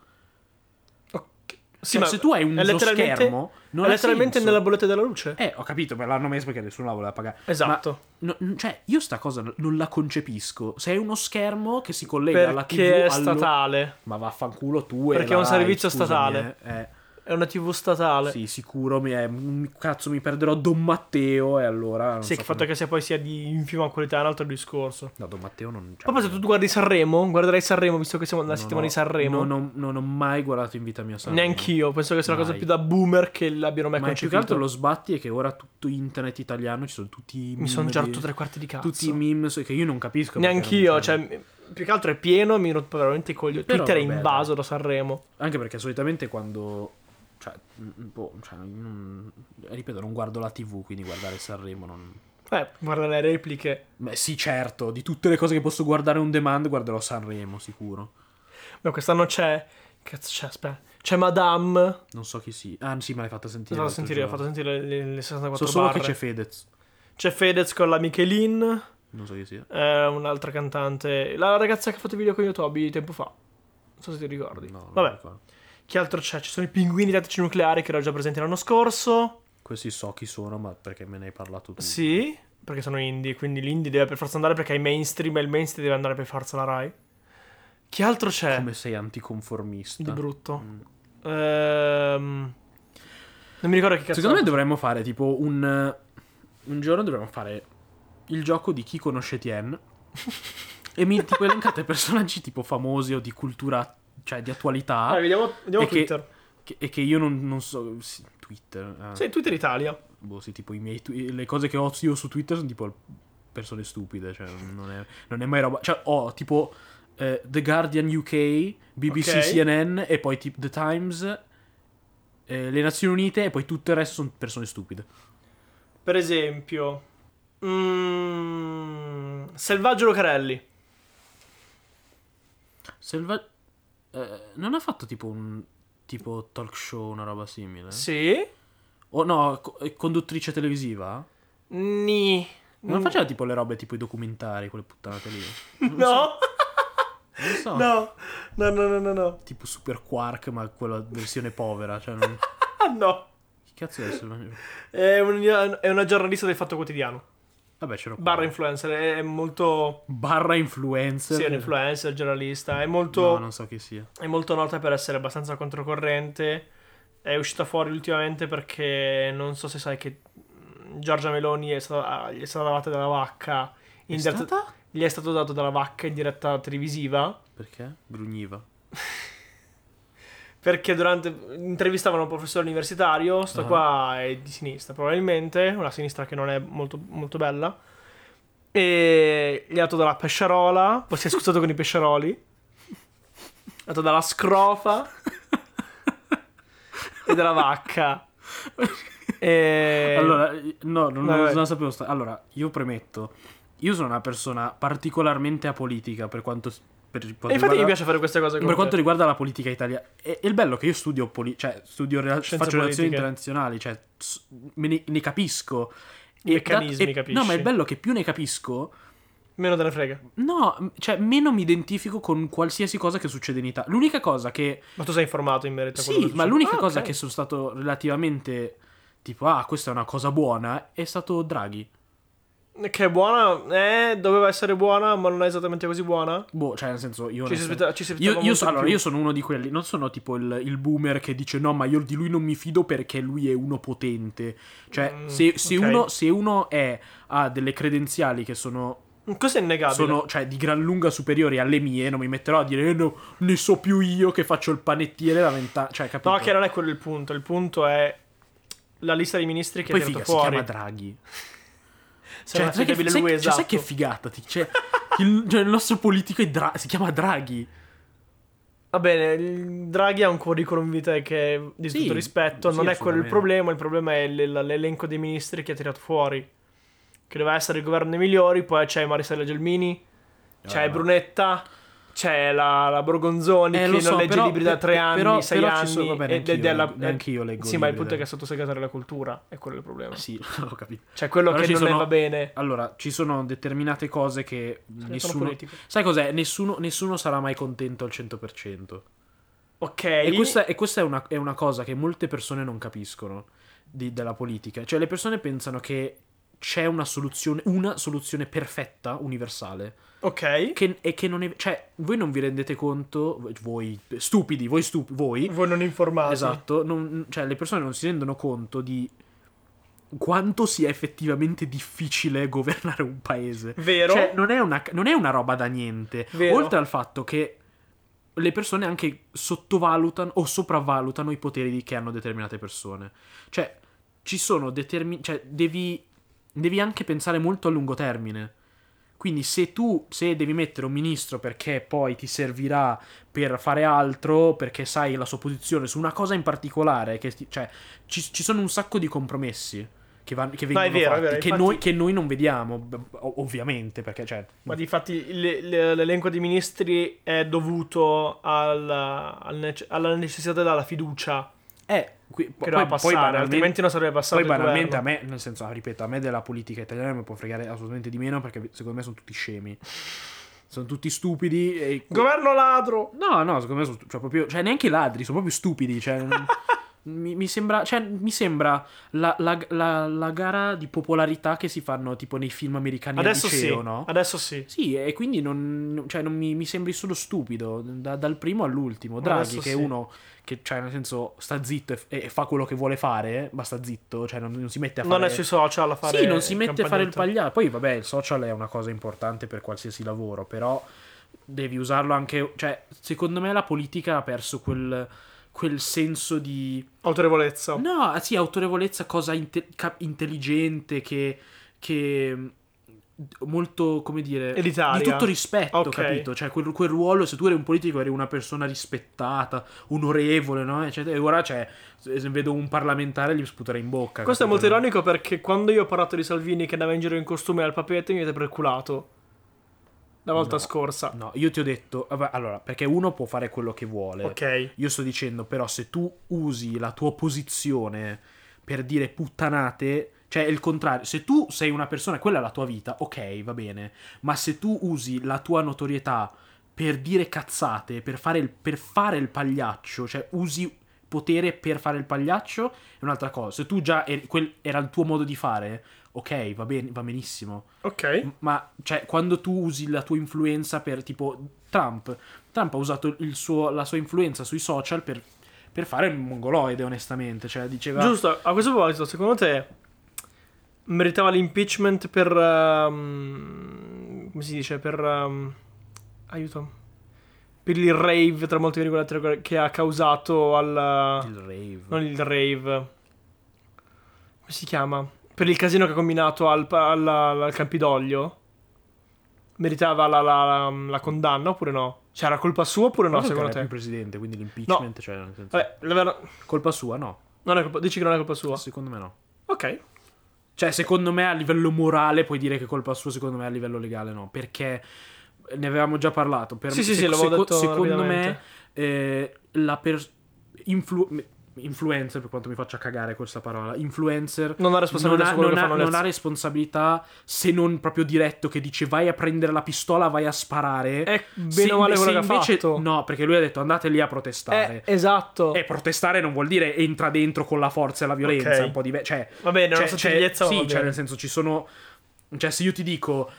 Sì, cioè, ma se tu hai uno schermo, non è letteralmente nella bolletta della luce. Ho capito, ma l'hanno messo perché nessuno la voleva pagare. Esatto. Ma, cioè, io sta cosa non la concepisco. Se hai uno schermo che si collega alla TV, perché è statale. Ma vaffanculo tu. Perché è un servizio statale. È È una TV statale. Sì, sicuro. Cazzo, mi perderò Don Matteo. E allora. Non sì, so il fatto che sia poi sia di infima qualità è un altro discorso. No, Don Matteo non. Poi se tu guardi Sanremo, guarderai Sanremo, visto che siamo nella settimana di Sanremo. Non ho mai guardato in vita mia Sanremo. Neanch'io. Penso che sia la cosa più da boomer che l'abbiano mai concepito. Ma più che altro lo sbatti è che ora tutto internet italiano ci sono tutti i meme. Mi sono già rotto 3/4 di cazzo. Tutti i meme che io non capisco. Neanch'io, cioè. Più che altro è pieno, mi rotto veramente i coglioni. Twitter è invaso da Sanremo. Anche perché solitamente quando. Ripeto, non guardo la TV, quindi guardare Sanremo non. Guarda le repliche. Beh, sì, certo. Di tutte le cose che posso guardare on demand, guarderò Sanremo, sicuro. Beh, quest'anno c'è... Cazzo c'è, aspetta. C'è Madame. Non so chi sia. Ah, sì, me l'hai fatta sentire. Ho fatto sentire le 64 So solo barre. che c'è Fedez. C'è Fedez con la Michelin. Non so chi sia. Un'altra cantante. La ragazza che ha fatto il video con Yotobi tempo fa. Non so se ti ricordi. No, non Vabbè. ricordo. Che altro c'è? Ci sono i pinguini tattici nucleari che erano già presenti l'anno scorso. Questi so chi sono, ma perché me ne hai parlato tu. Sì, perché sono indie, quindi l'indie deve per forza andare perché è mainstream e il mainstream deve andare per forza la Rai. Che altro c'è? Come sei anticonformista. Di brutto. Non mi ricordo che cazzo. Secondo me dovremmo fare tipo un giorno dovremmo fare il gioco di chi conosce Tien e mi tipo elencate personaggi tipo famosi o di cultura, cioè di attualità. Vediamo e Twitter. E che io non so. Sì, Twitter. Sì, Twitter Italia. Boh, sì, tipo le cose che ho io su Twitter sono tipo persone stupide, cioè non è mai roba. Cioè ho tipo The Guardian UK, BBC, Ok. CNN e poi tipo The Times, le Nazioni Unite e poi tutto il resto sono persone stupide. Per esempio, Selvaggio Lucarelli. Non ha fatto tipo un tipo talk show, una roba simile? Sì. O no, conduttrice televisiva? Ni. Non faceva tipo le robe tipo i documentari, quelle puttanate lì? No. Non so. No. Tipo Super Quark, ma quella versione povera, cioè Ah no. Che cazzo è Selvaggio? È una giornalista del Fatto Quotidiano. Vabbè, c'ero qua. Barra influencer. È molto... Barra influencer. Sì, è un influencer, giornalista. È molto... No, non so chi sia. È molto nota per essere abbastanza controcorrente. È uscita fuori ultimamente perché non so se sai che Giorgia Meloni gli è stata data dalla vacca. È stata? Gli è stato dato dalla vacca in diretta televisiva. Perché? Grugniva. Perché intervistavano un professore universitario. Sto qua è di sinistra, probabilmente. Una sinistra che non è molto, molto bella. E gli ha dato dalla pesciarola. Poi si è scusato con i pesciaroli. Ha dato dalla scrofa. E dalla vacca. Allora, no, non Vai. la sapevo. Allora, io premetto. Io sono una persona particolarmente apolitica per quanto... E infatti mi piace fare queste cose per quanto riguarda la politica italiana. E il bello è che io studio faccio relazioni politiche. internazionali, cioè ne capisco. I meccanismi, capisci? No, ma il bello è che più ne capisco, Meno te ne frega. no, cioè meno mi identifico con qualsiasi cosa che succede in Italia. L'unica cosa che... Ma tu sei informato in merito a quello Sì, che ma succede? l'unica cosa ok. che sono stato relativamente tipo, questa è una cosa buona, è stato Draghi. Che è buona, doveva essere buona, ma non è esattamente così buona. Boh, cioè nel senso, io Ci si aspettava molto di allora, più. io sono uno di quelli, non sono tipo il boomer che dice no, ma io di lui non mi fido perché lui è uno potente. Cioè, ok. se uno ha delle credenziali che sono Questo è innegabile. sono cioè di gran lunga superiori alle mie, non mi metterò a dire no, ne so più io che faccio il panettiere da 20 anni, cioè capito? No, che non è quello il punto è la lista dei ministri che Poi ha tirato figa, si fuori. chiama Draghi. Sarà Cioè, affidabile lui, esatto. sai che figata? Il nostro politico si chiama Draghi. Va bene, il Draghi ha un curriculum vitae che è di Sì, tutto rispetto. sì, Non è quello il assolutamente. problema è l'elenco dei ministri che ha tirato fuori. Che doveva essere il governo dei migliori. Poi c'è Maristella Gelmini, c'è no. Brunetta, c'è la Borgonzoni che Lo non so, legge però- libri da 3 anni, 6 però ci anni. sono- vabbè, neanche io leggo Sì, ma il libri, punto è dai. che è sottosegretario alla cultura. È quello il problema. Sì, ho capito. Cioè quello Però che ci non ne sono- va bene. Allora, ci sono determinate cose che Sono nessuno... politico. Sai cos'è? Nessuno sarà mai contento al 100%. Ok. E questa è una cosa che molte persone non capiscono della politica. Cioè, le persone pensano che c'è una soluzione perfetta, universale. Ok. E che non è... Cioè, voi non vi rendete conto... Voi Voi non informati. Esatto. Cioè, le persone non si rendono conto di quanto sia effettivamente difficile governare un paese. Vero. Cioè, non è una roba da niente. Vero. Oltre al fatto che le persone anche sottovalutano o sopravvalutano i poteri che hanno determinate persone. Cioè, ci sono cioè, devi anche pensare molto a lungo termine. Quindi se devi mettere un ministro perché poi ti servirà per fare altro, perché sai la sua posizione su una cosa in particolare, cioè ci sono un sacco di compromessi che vengono è vero, fatti, è vero, che, infatti... che noi non vediamo, ovviamente, perché cioè... Ma difatti l'elenco di ministri è dovuto alla necessità della fiducia che doveva passare, altrimenti non sarebbe passato. Poi banalmente a me, nel senso, ripeto, a me della politica italiana mi può fregare assolutamente di meno, perché secondo me sono tutti scemi. Sono tutti stupidi e... Governo ladro! No, secondo me sono cioè neanche ladri, sono proprio stupidi, cioè... mi sembra, cioè, mi sembra la gara di popolarità che si fanno tipo nei film americani adesso al liceo, sì, no? Adesso sì. Sì, e quindi non mi sembri solo stupido dal primo all'ultimo. Draghi, adesso che è sì. uno che, cioè, nel senso, sta zitto e fa quello che vuole fare, ma sta zitto, cioè non si mette a fare... Non è sui social a fare... Sì, non si mette a fare il campagnette. pagliaccio. Poi, vabbè, il social è una cosa importante per qualsiasi lavoro, però devi usarlo anche... Cioè, secondo me la politica ha perso quel senso di... Autorevolezza. No, sì, autorevolezza, cosa intelligente, che molto, come dire... Elitaria. Di tutto rispetto, Ok. capito? Cioè, quel ruolo, se tu eri un politico, eri una persona rispettata, onorevole, no? E ora, cioè, se vedo un parlamentare gli sputerei in bocca. Questo è capito? molto ironico perché quando io ho parlato di Salvini che andava in giro in costume al papete mi avete perculato. La volta No, scorsa. No, io ti ho detto... Vabbè, allora, perché uno può fare quello che vuole. Ok. Io sto dicendo, però, se tu usi la tua posizione per dire puttanate... Cioè, è il contrario. Se tu sei una persona, quella è la tua vita, ok, va bene. Ma se tu usi la tua notorietà per dire cazzate, per fare il pagliaccio, cioè usi potere per fare il pagliaccio, è un'altra cosa. Se tu già era il tuo modo di fare, ok, va bene, va benissimo. Ok. Ma, cioè, quando tu usi la tua influenza per, tipo, Trump ha usato la sua influenza sui social per fare il mongoloide, onestamente. Cioè, diceva... Giusto, a questo proposito, secondo te meritava l'impeachment per... come si dice? Per... aiuto. Per il rave, tra molte virgolette, che ha causato al... Il rave. Non il rave. Come si chiama? Per il casino che ha combinato al Campidoglio. Meritava la condanna oppure no? Cioè, era colpa sua oppure no, secondo te? È il presidente, quindi l'impeachment, No. cioè, nel senso... Vabbè, Colpa sua, no. non è colpa... Dici che non è colpa sua? Secondo me no. Ok. Cioè, secondo me a livello morale puoi dire che è colpa sua, secondo me a livello legale no. Perché ne avevamo già parlato. Sì, l'avevo detto secondo me rapidamente. influencer, per quanto mi faccia cagare questa parola, influencer Non ha responsabilità su quello che fanno le non ha responsabilità, se non proprio diretto, che dice vai a prendere la pistola, vai a sparare. È bene o male quello che ha fatto. No, perché lui ha detto andate lì a protestare. Esatto. E protestare non vuol dire entra dentro con la forza e la violenza, Ok. è un po' diverso. Cioè, Va bene, una sottigliezza va sì, bene. cioè nel senso ci sono... Cioè se io ti dico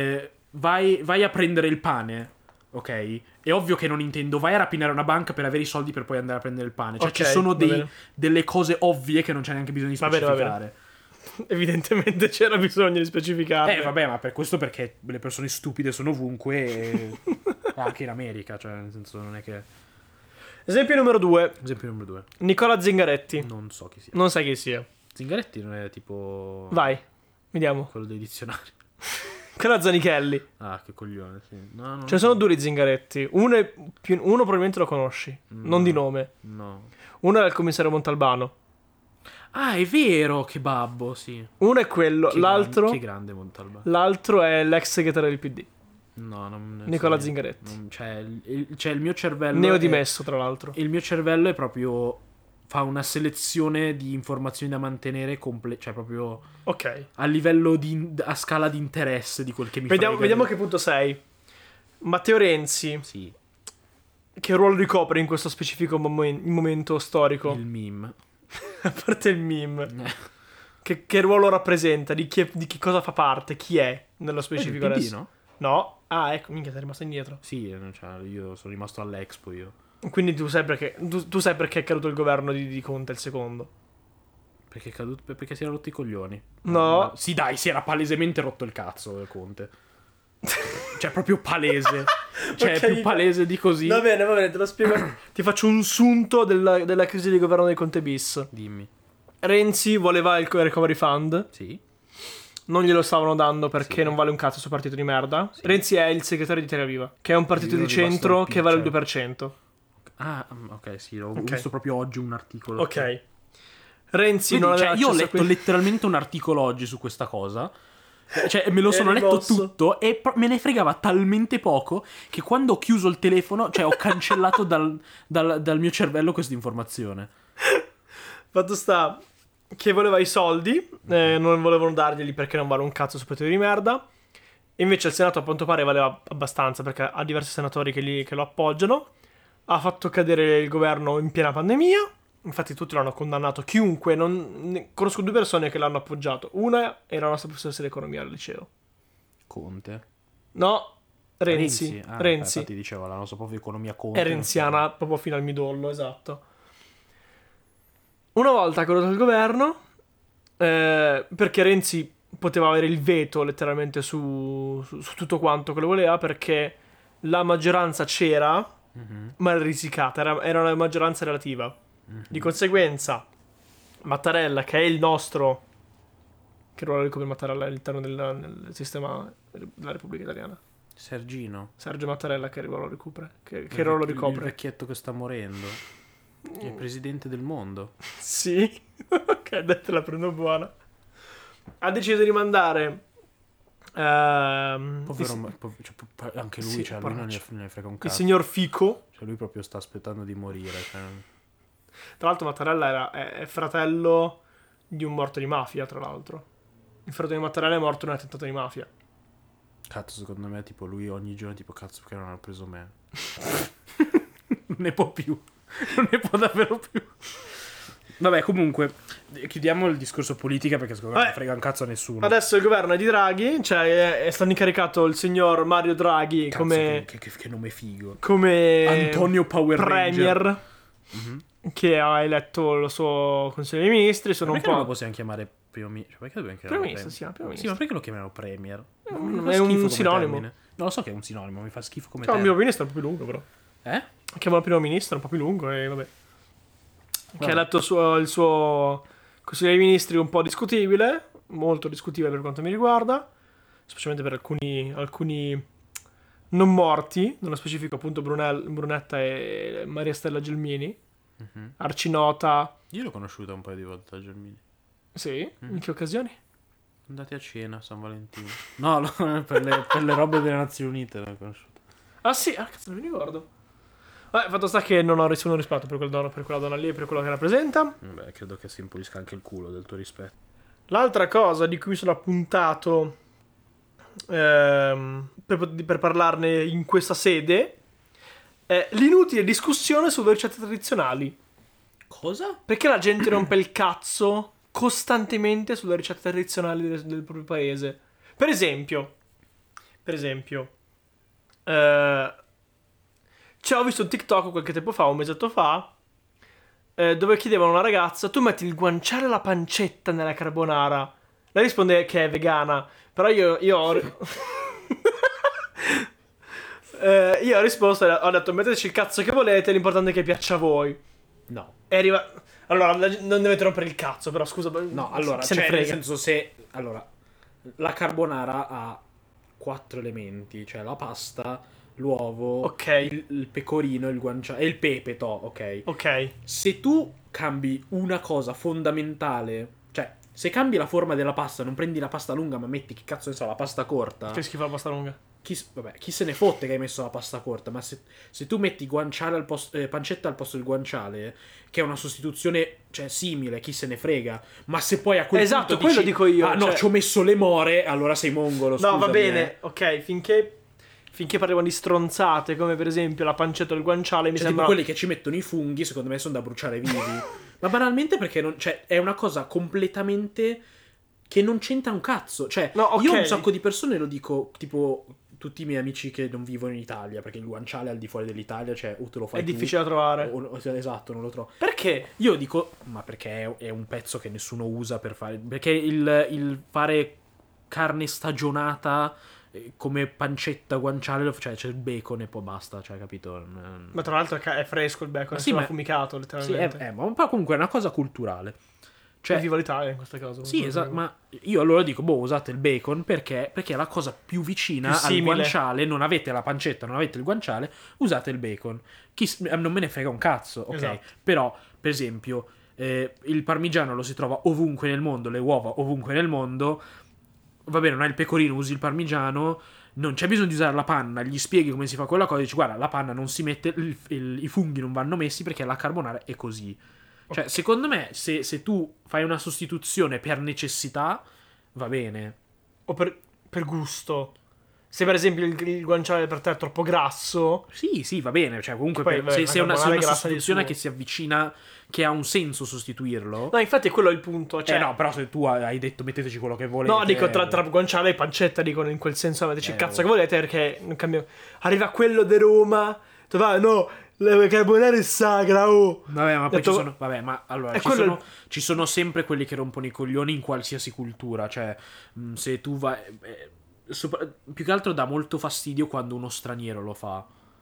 vai a prendere il pane, ok? È ovvio che non intendo vai a rapinare una banca per avere i soldi per poi andare a prendere il pane. Cioè Ok, ci sono va bene. delle cose ovvie che non c'è neanche bisogno di Va bene, va specificare. Evidentemente c'era bisogno di specificare. Vabbè, ma per questo perché le persone stupide sono ovunque e anche in America, cioè nel senso non è che... Esempio numero 2. Esempio numero 2. Nicola Zingaretti. Non so chi sia. Non sai chi sia. Zingaretti non è tipo... Vai, vediamo. quello dei dizionari. Quella Zanichelli. Ah, che coglione, sì. No, Ce ne sono due di Zingaretti. Uno probabilmente lo conosci. Non di nome. No. Uno è il commissario Montalbano. Ah, è vero, che babbo, sì. Uno è quello. L'altro. Che grande Montalbano. L'altro è l'ex segretario del PD. No, non Nicola so, Zingaretti. Cioè, il mio cervello... Neodimesso, tra l'altro. Il mio cervello è proprio... Fa una selezione di informazioni da mantenere cioè proprio Ok. a livello a scala di interesse di quel che mi frega. Vediamo che punto sei. Matteo Renzi. Sì, Che ruolo ricopre in questo specifico momento storico? il meme. A parte il meme. Che ruolo rappresenta? Di che cosa fa parte? Chi è nello specifico il PD, adesso? no? No? Ah, ecco, minchia, sei rimasto indietro. Sì, cioè, io sono rimasto all'Expo, io. Quindi tu sai perché è caduto il governo di Conte il secondo. Perché è caduto? Perché si era rotto i coglioni. No. Sì, dai, si era palesemente rotto il cazzo, Conte. Cioè, proprio palese. Cioè, Ok, più palese di così. Va bene, te lo spiego. Ti faccio un sunto della crisi di governo dei Conte bis. Dimmi. Renzi voleva il recovery fund. Sì. Non glielo stavano dando perché Sì. non vale un cazzo il suo partito di merda. Sì. Renzi è il segretario di Terra Viva, che è un partito Io di ero rimasto centro al che vale il piccio. 2%. Ah, ok, sì, ho Ok. visto proprio oggi un articolo. Ok. Renzi Quindi, non aveva io ho accesso a letto letteralmente un articolo oggi su questa cosa. Cioè, me lo sono letto rimosso. tutto e me ne fregava talmente poco che quando ho chiuso il telefono, cioè ho cancellato dal mio cervello questa informazione. Fatto sta che voleva i soldi, non volevano darglieli perché non vale un cazzo su poteri di merda. Invece il Senato a quanto pare valeva abbastanza perché ha diversi senatori che lo appoggiano. Ha fatto cadere il governo in piena pandemia. Infatti tutti l'hanno condannato, chiunque, conosco 2 persone che l'hanno appoggiato. Una era la nostra professoressa di economia al liceo. Conte. No, Renzi. Infatti dicevo, la nostra proprio economia Conte. È renziana proprio fino al midollo, esatto. Una volta caduto il governo, perché Renzi poteva avere il veto letteralmente su tutto quanto quello voleva, perché la maggioranza c'era, ma era risicata, era una maggioranza relativa. Di conseguenza Mattarella, che è il nostro, che ruolo ricopre Mattarella all'interno nel sistema della Repubblica Italiana? Sergio Mattarella, che ruolo ricopre? Che ruolo ricopre? Il vecchietto che sta morendo. È il presidente del mondo. Sì. Ok, adesso la prendo buona. Ha deciso di mandare anche lui, sì, cioè, lui non ne frega un il cazzo. signor Fico. Cioè, lui proprio sta aspettando di morire. Cioè. Tra l'altro Mattarella è fratello di un morto di mafia, tra l'alro. Il fratello di Mattarella è morto in un attentato di mafia. Cazzo, secondo me, tipo, lui ogni giorno, tipo, cazzo, perché non hanno preso me? Non ne può più. Non ne può davvero più. Vabbè, comunque, chiudiamo il discorso politica perché secondo me non frega un cazzo a nessuno. Adesso il governo è di Draghi, cioè è stato incaricato il signor Mario Draghi. Cazzo, come che nome figo. Come Antonio Power Premier Ranger. Che ha eletto il suo consiglio dei ministri. Sono Perché un non lo po'. possiamo chiamare primo ministro? Cioè, perché dobbiamo Primo chiamarlo ministro, si chiama primo Sì, ministro. ma perché lo chiamano Premier? È un sinonimo. Non lo so che è un sinonimo, mi fa schifo come Chiama il termine. primo ministro è un po' più lungo, però. Eh? Chiama il primo ministro, è un po' più lungo e vabbè. Che Vabbè. ha eletto il suo consiglio dei ministri un po' discutibile, molto discutibile per quanto mi riguarda, specialmente per alcuni non morti, nello specifico appunto Brunetta e Maria Stella Gelmini, arcinota. Io l'ho conosciuta un paio di volte a Gelmini. Sì? In che occasioni? Andati a cena a San Valentino. No, per le robe delle Nazioni Unite l'ho conosciuta. Ah sì, cazzo non mi ricordo. Fatto sta che non ho nessun rispetto per quella donna lì e per quello che rappresenta. Beh, credo che si impulisca anche il culo del tuo rispetto. L'altra cosa di cui mi sono appuntato per parlarne in questa sede è l'inutile discussione sulle ricette tradizionali. Cosa? Perché la gente rompe il cazzo costantemente sulle ricette tradizionali del proprio paese? Per esempio, ho visto un TikTok qualche tempo fa, un mesetto fa, dove chiedevano a una ragazza: tu metti il guanciale alla pancetta nella carbonara? Lei risponde che è vegana, però io ho io ho risposto, ho detto metteteci il cazzo che volete, l'importante è che piaccia a voi. No. Allora, non dovete rompere il cazzo, però scusa. No, allora, se ne cioè, frega. nel senso, allora, la carbonara ha 4 elementi, cioè la pasta, l'uovo, Ok. il pecorino, il guanciale e il pepe, ok? Ok. Se tu cambi una cosa fondamentale, cioè, se cambi la forma della pasta, non prendi la pasta lunga, ma metti, che cazzo ne so, la pasta corta. Che schifo la pasta lunga. Chi se ne fotte che hai messo la pasta corta, ma se tu metti guanciale pancetta al posto del guanciale, che è una sostituzione, cioè, simile, chi se ne frega. Ma se poi a quel Esatto, punto quello dici, dico io, ah no, cioè- ci ho messo le more, allora sei mongolo, No, va scusami, bene, ok, finché parliamo di stronzate, come per esempio la pancetta o il guanciale, mi Cioè, sembra... tipo quelli che ci mettono i funghi, secondo me sono da bruciare vivi. Ma banalmente perché cioè, è una cosa completamente che non c'entra un cazzo. Cioè, No, ok. io a un sacco di persone lo dico, tipo tutti i miei amici che non vivono in Italia, perché il guanciale al di fuori dell'Italia, cioè, o te lo fai È tu, difficile da trovare. esatto, non lo trovo. Perché? Io dico, ma perché è un pezzo che nessuno usa per fare... Perché il fare carne stagionata come pancetta, guanciale, cioè c'è il bacon e poi basta, cioè, capito? Ma tra l'altro è fresco il bacon, sì, è ma- affumicato, Sì, letteralmente. ma però comunque è una cosa culturale. Cioè, Viva l'Italia in questo caso. sì, esatto, ma io allora dico, usate il bacon perché è la cosa più vicina Più al simile. guanciale, non avete la pancetta, non avete il guanciale, usate il bacon. Non me ne frega un cazzo, ok? Esatto. Però, per esempio, il parmigiano lo si trova ovunque nel mondo, le uova ovunque nel mondo. Va bene, non hai il pecorino, usi il parmigiano, non c'è bisogno di usare la panna, gli spieghi come si fa quella cosa, dici guarda, la panna non si mette, i funghi non vanno messi perché la carbonara è così. Cioè, secondo me, se tu fai una sostituzione per necessità, va bene. O per gusto. Se per esempio il guanciale per te è troppo grasso... Sì, va bene. Cioè, comunque, poi, se è una sostituzione che che si avvicina, che ha un senso sostituirlo. No, infatti è quello il punto. Cioè... no, però se tu hai detto metteteci quello che volete... No, dico tra guanciale e pancetta, dico in quel senso, metteteci il cazzo che volete, perché non cambia... Arriva quello di Roma, tu vai, no, la carbonara è sacra, oh! Vabbè, ma poi ci sono... Vabbè, ma allora, ci sono sempre quelli che rompono i coglioni in qualsiasi cultura. Cioè, se tu vai... più che altro dà molto fastidio quando uno straniero lo fa,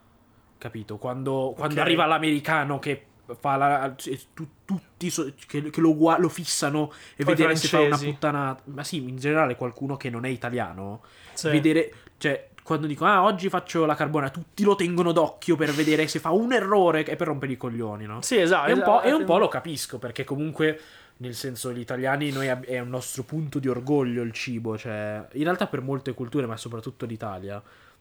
capito? Quando arriva l'americano che fa tutti che lo fissano e poi vedere francesi. se fa una puttanata, ma sì, in generale qualcuno che non è italiano, sì. Vedere, cioè quando dico oggi faccio la carbonara, tutti lo tengono d'occhio per vedere se fa un errore e per rompere i coglioni, no? Sì, esatto. E un po' lo capisco, perché comunque, nel senso, gli italiani, è un nostro punto di orgoglio il cibo, cioè, in realtà per molte culture, ma soprattutto l'Italia,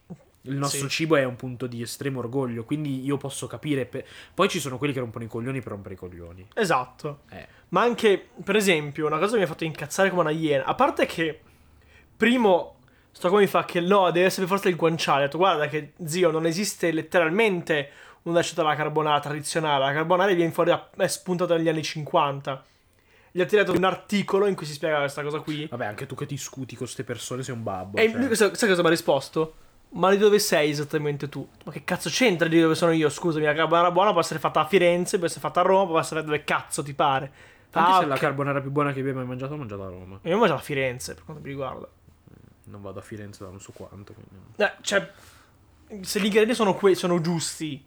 il nostro cibo è un punto di estremo orgoglio, quindi io posso capire. Poi ci sono quelli che rompono i coglioni per rompere i coglioni. Esatto. Ma anche, per esempio, una cosa che mi ha fatto incazzare come una iena, a parte che, primo, sto come mi fa che no, deve essere per forza il guanciale. Ho detto, guarda che, zio, non esiste letteralmente una ricetta della carbonara tradizionale. La carbonara viene fuori, è spuntata negli anni 50. Gli ha tirato un articolo in cui si spiega questa cosa qui. Vabbè, anche tu che ti scuti con queste persone sei un babbo. E lui, sai cosa mi ha risposto? Ma di dove sei esattamente tu? Ma che cazzo c'entra di dove sono io? Scusami, la carbonara buona può essere fatta a Firenze, può essere fatta a Roma, può essere dove cazzo ti pare. Anche se la carbonara più buona che abbia mai mangiato, l'ho mangiata a Roma. Io ho mangiato a Firenze, per quanto mi riguarda. Non vado a Firenze da non so quanto. Quindi... cioè, se gli ingredienti sono giusti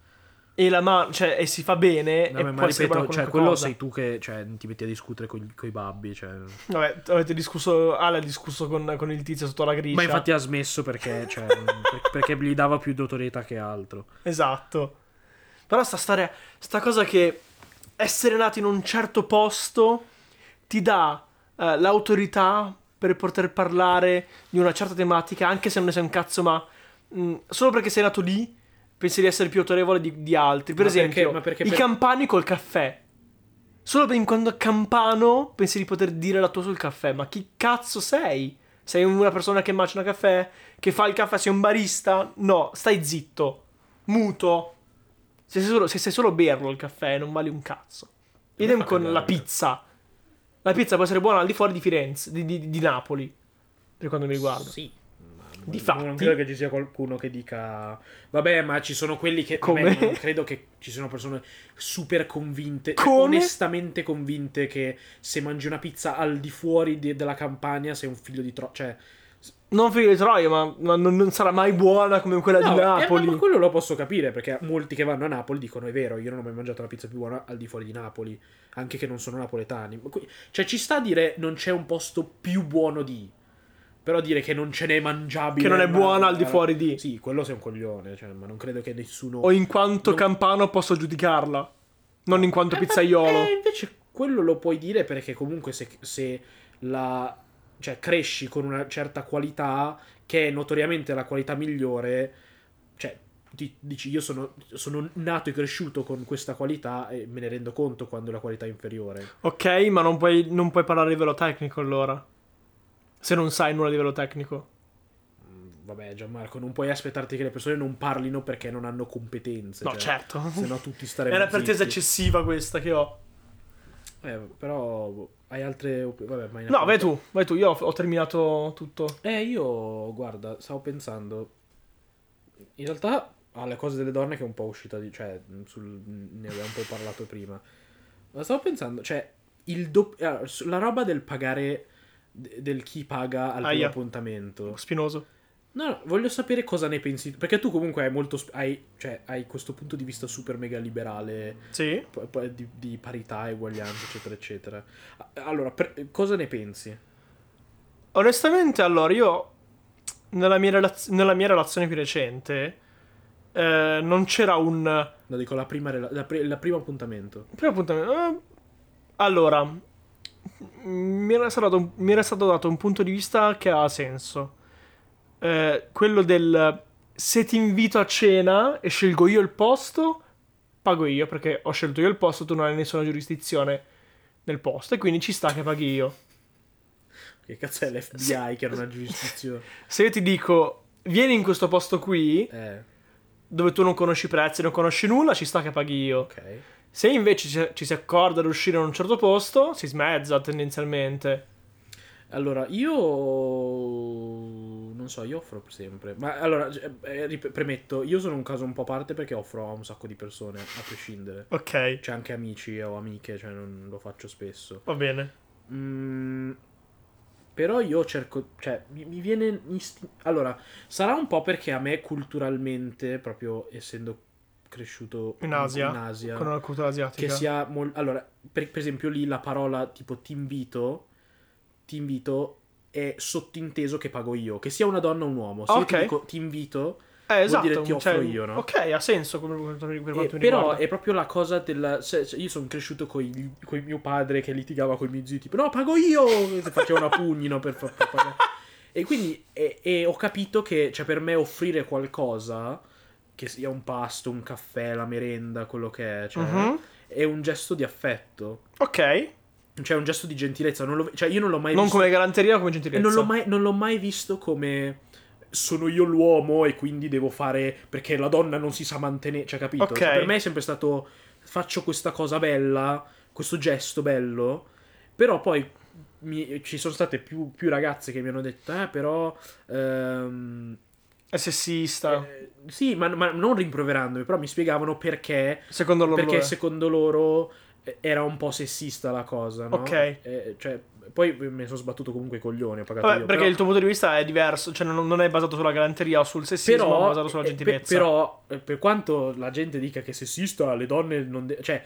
e si fa bene, no, e può essere buona cioè, quello cosa. sei tu che ti metti a discutere coi babbi. Cioè. Vabbè, avete discusso. Ale ha discusso con il tizio sotto la gricia. Ma infatti ha smesso perché, perché gli dava più notorietà che altro. Esatto. Però sta cosa che essere nato in un certo posto ti dà l'autorità per poter parlare di una certa tematica, anche se non ne sei un cazzo, ma solo perché sei nato lì pensi di essere più autorevole di altri. Per esempio, i campani col caffè. Solo in quanto campano pensi di poter dire la tua sul caffè. Ma chi cazzo sei? Sei una persona che macina caffè? Che fa il caffè? Sei un barista? No, stai zitto. Muto. Se sai solo berlo il caffè, non vali un cazzo. Idem con la pizza. La pizza può essere buona al di fuori di Firenze, di Napoli, per quanto mi riguarda. Sì. Difatti, non credo che ci sia qualcuno che dica vabbè, ma ci sono quelli che come? Non credo che ci siano persone super convinte, come? onestamente convinte che se mangi una pizza al di fuori della Campania sei un figlio di cioè non figlio di Troia, ma non sarà mai buona come quella di Napoli. Ma quello lo posso capire, perché molti che vanno a Napoli dicono è vero, io non ho mai mangiato la pizza più buona al di fuori di Napoli, anche che non sono napoletani. Cioè ci sta a dire non c'è un posto più buono di, però dire che non ce n'è mangiabile, che non è buona al di fuori di. Sì, quello sei un coglione, cioè, ma non credo che nessuno. O in quanto campano posso giudicarla, non in quanto pizzaiolo. Invece quello lo puoi dire perché comunque se la, cioè, cresci con una certa qualità che è notoriamente la qualità migliore, cioè dici io sono nato e cresciuto con questa qualità e me ne rendo conto quando la qualità è inferiore. Ok, ma non puoi parlare a livello tecnico allora. Se non sai nulla a livello tecnico. Vabbè, Gianmarco, non puoi aspettarti che le persone non parlino perché non hanno competenze. No, cioè, certo. Se no tutti staremmo È una pretesa zitti. eccessiva questa che ho. Però hai altre. Vabbè, ma no, vai tu, io ho terminato tutto. Io, guarda, stavo pensando. In realtà alle cose delle donne che è un po' uscita di. Cioè, ne avevamo un po' parlato prima. Ma stavo pensando, cioè, la roba del pagare. Del chi paga al primo appuntamento. Spinoso. No, voglio sapere cosa ne pensi. Perché tu comunque hai questo punto di vista super mega liberale. Sì. Di parità, eguaglianza, eccetera, eccetera. Allora, cosa ne pensi? Onestamente, allora, io nella mia relazione più recente non c'era un... No, dico la prima appuntamento. Primo appuntamento... Allora, mi era stato dato un punto di vista che ha senso. Quello del se ti invito a cena e scelgo io il posto, pago io perché ho scelto io il posto, tu non hai nessuna giurisdizione nel posto e quindi ci sta che paghi io. Che cazzo è l'FBI che non ha giurisdizione? Se io ti dico vieni in questo posto qui, dove tu non conosci i prezzi, non conosci nulla, ci sta che paghi io. Ok. Se invece ci si accorda ad uscire in un certo posto, si smezza tendenzialmente. Allora, io non so, io offro sempre. Ma allora, premetto, io sono un caso un po' a parte perché offro a un sacco di persone, a prescindere. Ok, C'è anche amici o amiche, cioè non lo faccio spesso. va bene. Però io cerco, cioè, mi viene allora, sarà un po' perché a me culturalmente, proprio essendo cresciuto In Asia, in Asia, con una cultura asiatica. che sia allora, per esempio lì la parola tipo ti invito è sottinteso che pago io, che sia una donna o un uomo. Se io ti Ok. dico ti invito, Esatto, vuol dire ti offro cioè, io, no? ok, ha senso per quanto mi Però riguarda. è proprio la cosa del. Io sono cresciuto con mio padre che litigava con i miei zii, tipo, no, pago io! Se faceva una pugnino per pagare. E quindi ho capito che, cioè, per me offrire qualcosa, che sia un pasto, un caffè, la merenda, quello che è, cioè, è un gesto di affetto. Ok. Cioè, un gesto di gentilezza. Cioè, io non l'ho mai Non visto. come galanteria, ma come gentilezza. Non l'ho mai visto come. Sono io l'uomo e quindi devo fare. Perché la donna non si sa mantenere. Cioè, capito? Ok. Cioè, per me è sempre stato. Faccio questa cosa bella, questo gesto bello. Però poi ci sono state più ragazze che mi hanno detto, però. È sessista. Sì, ma non rimproverandomi, però mi spiegavano perché. Secondo loro Perché lo è. secondo loro era un po' sessista la cosa, no? Ok. Cioè, poi mi sono sbattuto comunque i coglioni, ho pagato Vabbè, io. perché Però, il tuo punto di vista è diverso, cioè non è basato sulla galanteria o sul sessismo, ma è basato sulla gentilezza. però, per quanto la gente dica che è sessista, le donne non. Cioè,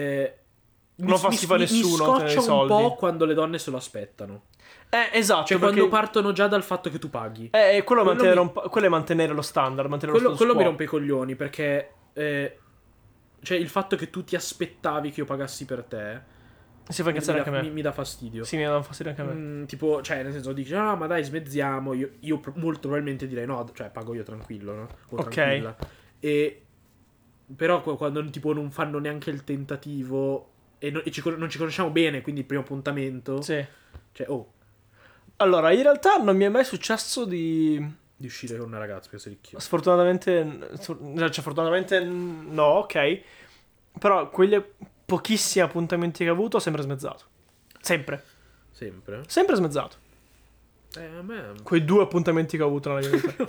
non fa schifo a nessuno mi tenere i scoccia un soldi. po' quando le donne se lo aspettano. Esatto. Cioè, perché... quando partono già dal fatto che tu paghi. quello è mantenere lo standard, mantenere lo status Quello mi quo. rompe i coglioni perché. Cioè, il fatto che tu ti aspettavi che io pagassi per te. Si fa incazzare anche a me. Mi dà fastidio. Sì, mi dà fastidio anche a me. Tipo, cioè, nel senso, dici, no, ma dai, smezziamo. Io molto probabilmente direi no, cioè, pago io tranquillo, no? O Ok. tranquilla. E. Però quando tipo non fanno neanche il tentativo. E non ci conosciamo bene, quindi il primo appuntamento. Sì. Cioè, Allora, in realtà non mi è mai successo di uscire con una ragazza per essere ricchio. Sfortunatamente, cioè fortunatamente no, ok. Però quegli pochissimi appuntamenti che ho avuto ho sempre smezzato. Sempre. Sempre? Sempre smezzato. A me. Quei 2 appuntamenti che ho avuto nella mia vita.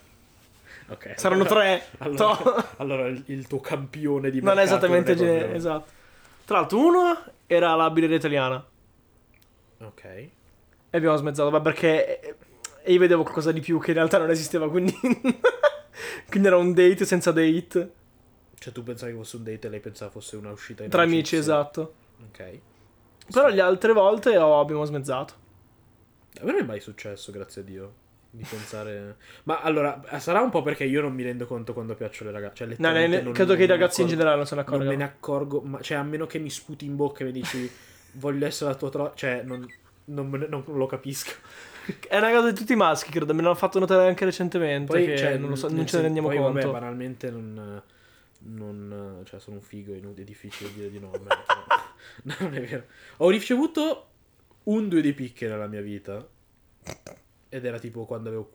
Ok. Saranno 3. Allora il tuo campione di Non mercato è esattamente non è proprio. esatto. Tra l'altro uno era la birreria italiana. Ok. E abbiamo smezzato, ma perché io vedevo qualcosa di più che in realtà non esisteva, quindi quindi era un date senza date. Cioè tu pensavi che fosse un date e lei pensava fosse una uscita in Tra amici, amicizia. esatto. Ok. Però le altre volte abbiamo smezzato. A me non è mai successo, grazie a Dio, di pensare. Ma allora, sarà un po' perché io non mi rendo conto quando piaccio le ragazze. Cioè, letteralmente Credo che i ragazzi in accorgo- generale non se ne Non me accorgano. ne accorgo, ma cioè a meno che mi sputi in bocca e mi dici voglio essere la tua cioè non lo capisco. È una cosa di tutti i maschi, credo. Me l'hanno fatto notare anche recentemente. Poi che cioè, non lo so, nel non ce ne rendiamo poi, conto. Vabbè, banalmente cioè sono un figo, è difficile dire di no. No, non è vero. Ho ricevuto un 2 di picche nella mia vita ed era tipo quando avevo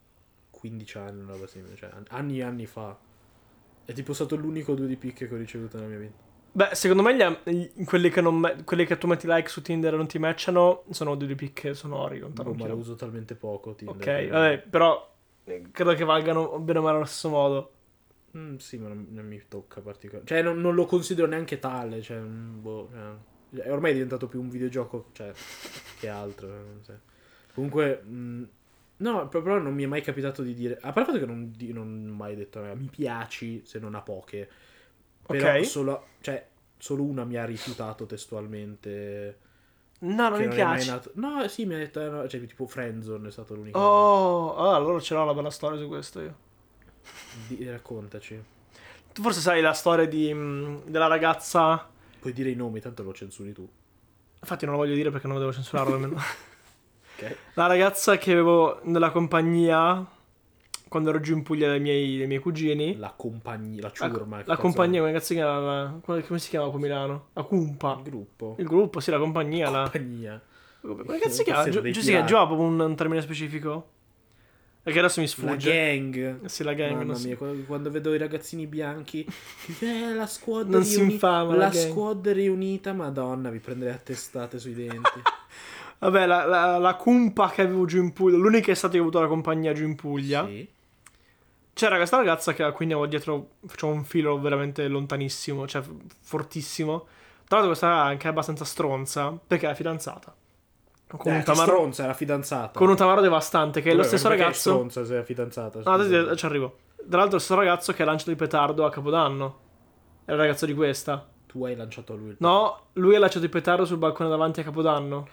15 anni, una roba simile, cioè anni e anni fa. È tipo stato l'unico 2 di picche che ho ricevuto nella mia vita. Beh, secondo me quelli che tu metti like su Tinder e non ti matchano sono due picche sonori. Ma lo uso talmente poco Tinder. Ok, vabbè, però credo che valgano bene o male allo stesso modo. Sì, ma non mi tocca particolarmente. Cioè, non lo considero neanche tale. Cioè, cioè, ormai è diventato più un videogioco, cioè, che altro. Non so. Comunque, no, però non mi è mai capitato di dire. A parte il fatto che non ho mai detto, mi piaci se non a poche. Però Ok. solo una mi ha rifiutato testualmente. No, non che mi è mai piace. nato. No, sì, mi ha detto, no, cioè, tipo Friendzone è stato l'unico. Oh, allora ce l'ho una bella storia su questo io. Raccontaci. Tu forse sai la storia della ragazza. Puoi dire i nomi, tanto lo censuri tu. Infatti non lo voglio dire perché non lo devo censurarlo almeno. Ok. La ragazza che avevo nella compagnia quando ero giù in Puglia dai miei cugini. La compagnia, la ciurma. La compagnia, come cazzo si chiama? Come si chiama a Milano? La Cumpa. Il gruppo. Il gruppo, sì, la compagnia. Compagnia. Come cazzo si chiama? Forse dei Giusto, pirati. già proprio un termine specifico? Perché adesso mi La sfugge. gang. Sì, la gang. Mamma non so. mia, quando vedo i ragazzini bianchi, la squad Non si infama la la gang. squad riunita, madonna, vi prenderei a testate sui denti. Vabbè, la Cumpa che avevo giù in Puglia, l'unica estate che ho avuto la compagnia giù in Puglia. Sì. C'era questa ragazza che quindi avevo dietro, facciamo un filo veramente lontanissimo, cioè fortissimo. Tra l'altro questa era anche abbastanza stronza, perché era fidanzata. Con un tamarro, stronza, era fidanzata. con un tamarro devastante, che è lo stesso Perché ragazzo. È stronza se è fidanzata. No, scusa. adesso ci arrivo. Tra l'altro lo stesso ragazzo che ha lanciato il petardo a Capodanno. È il ragazzo di questa. Tu hai lanciato a lui il No, lui ha lanciato il petardo sul balcone davanti a Capodanno.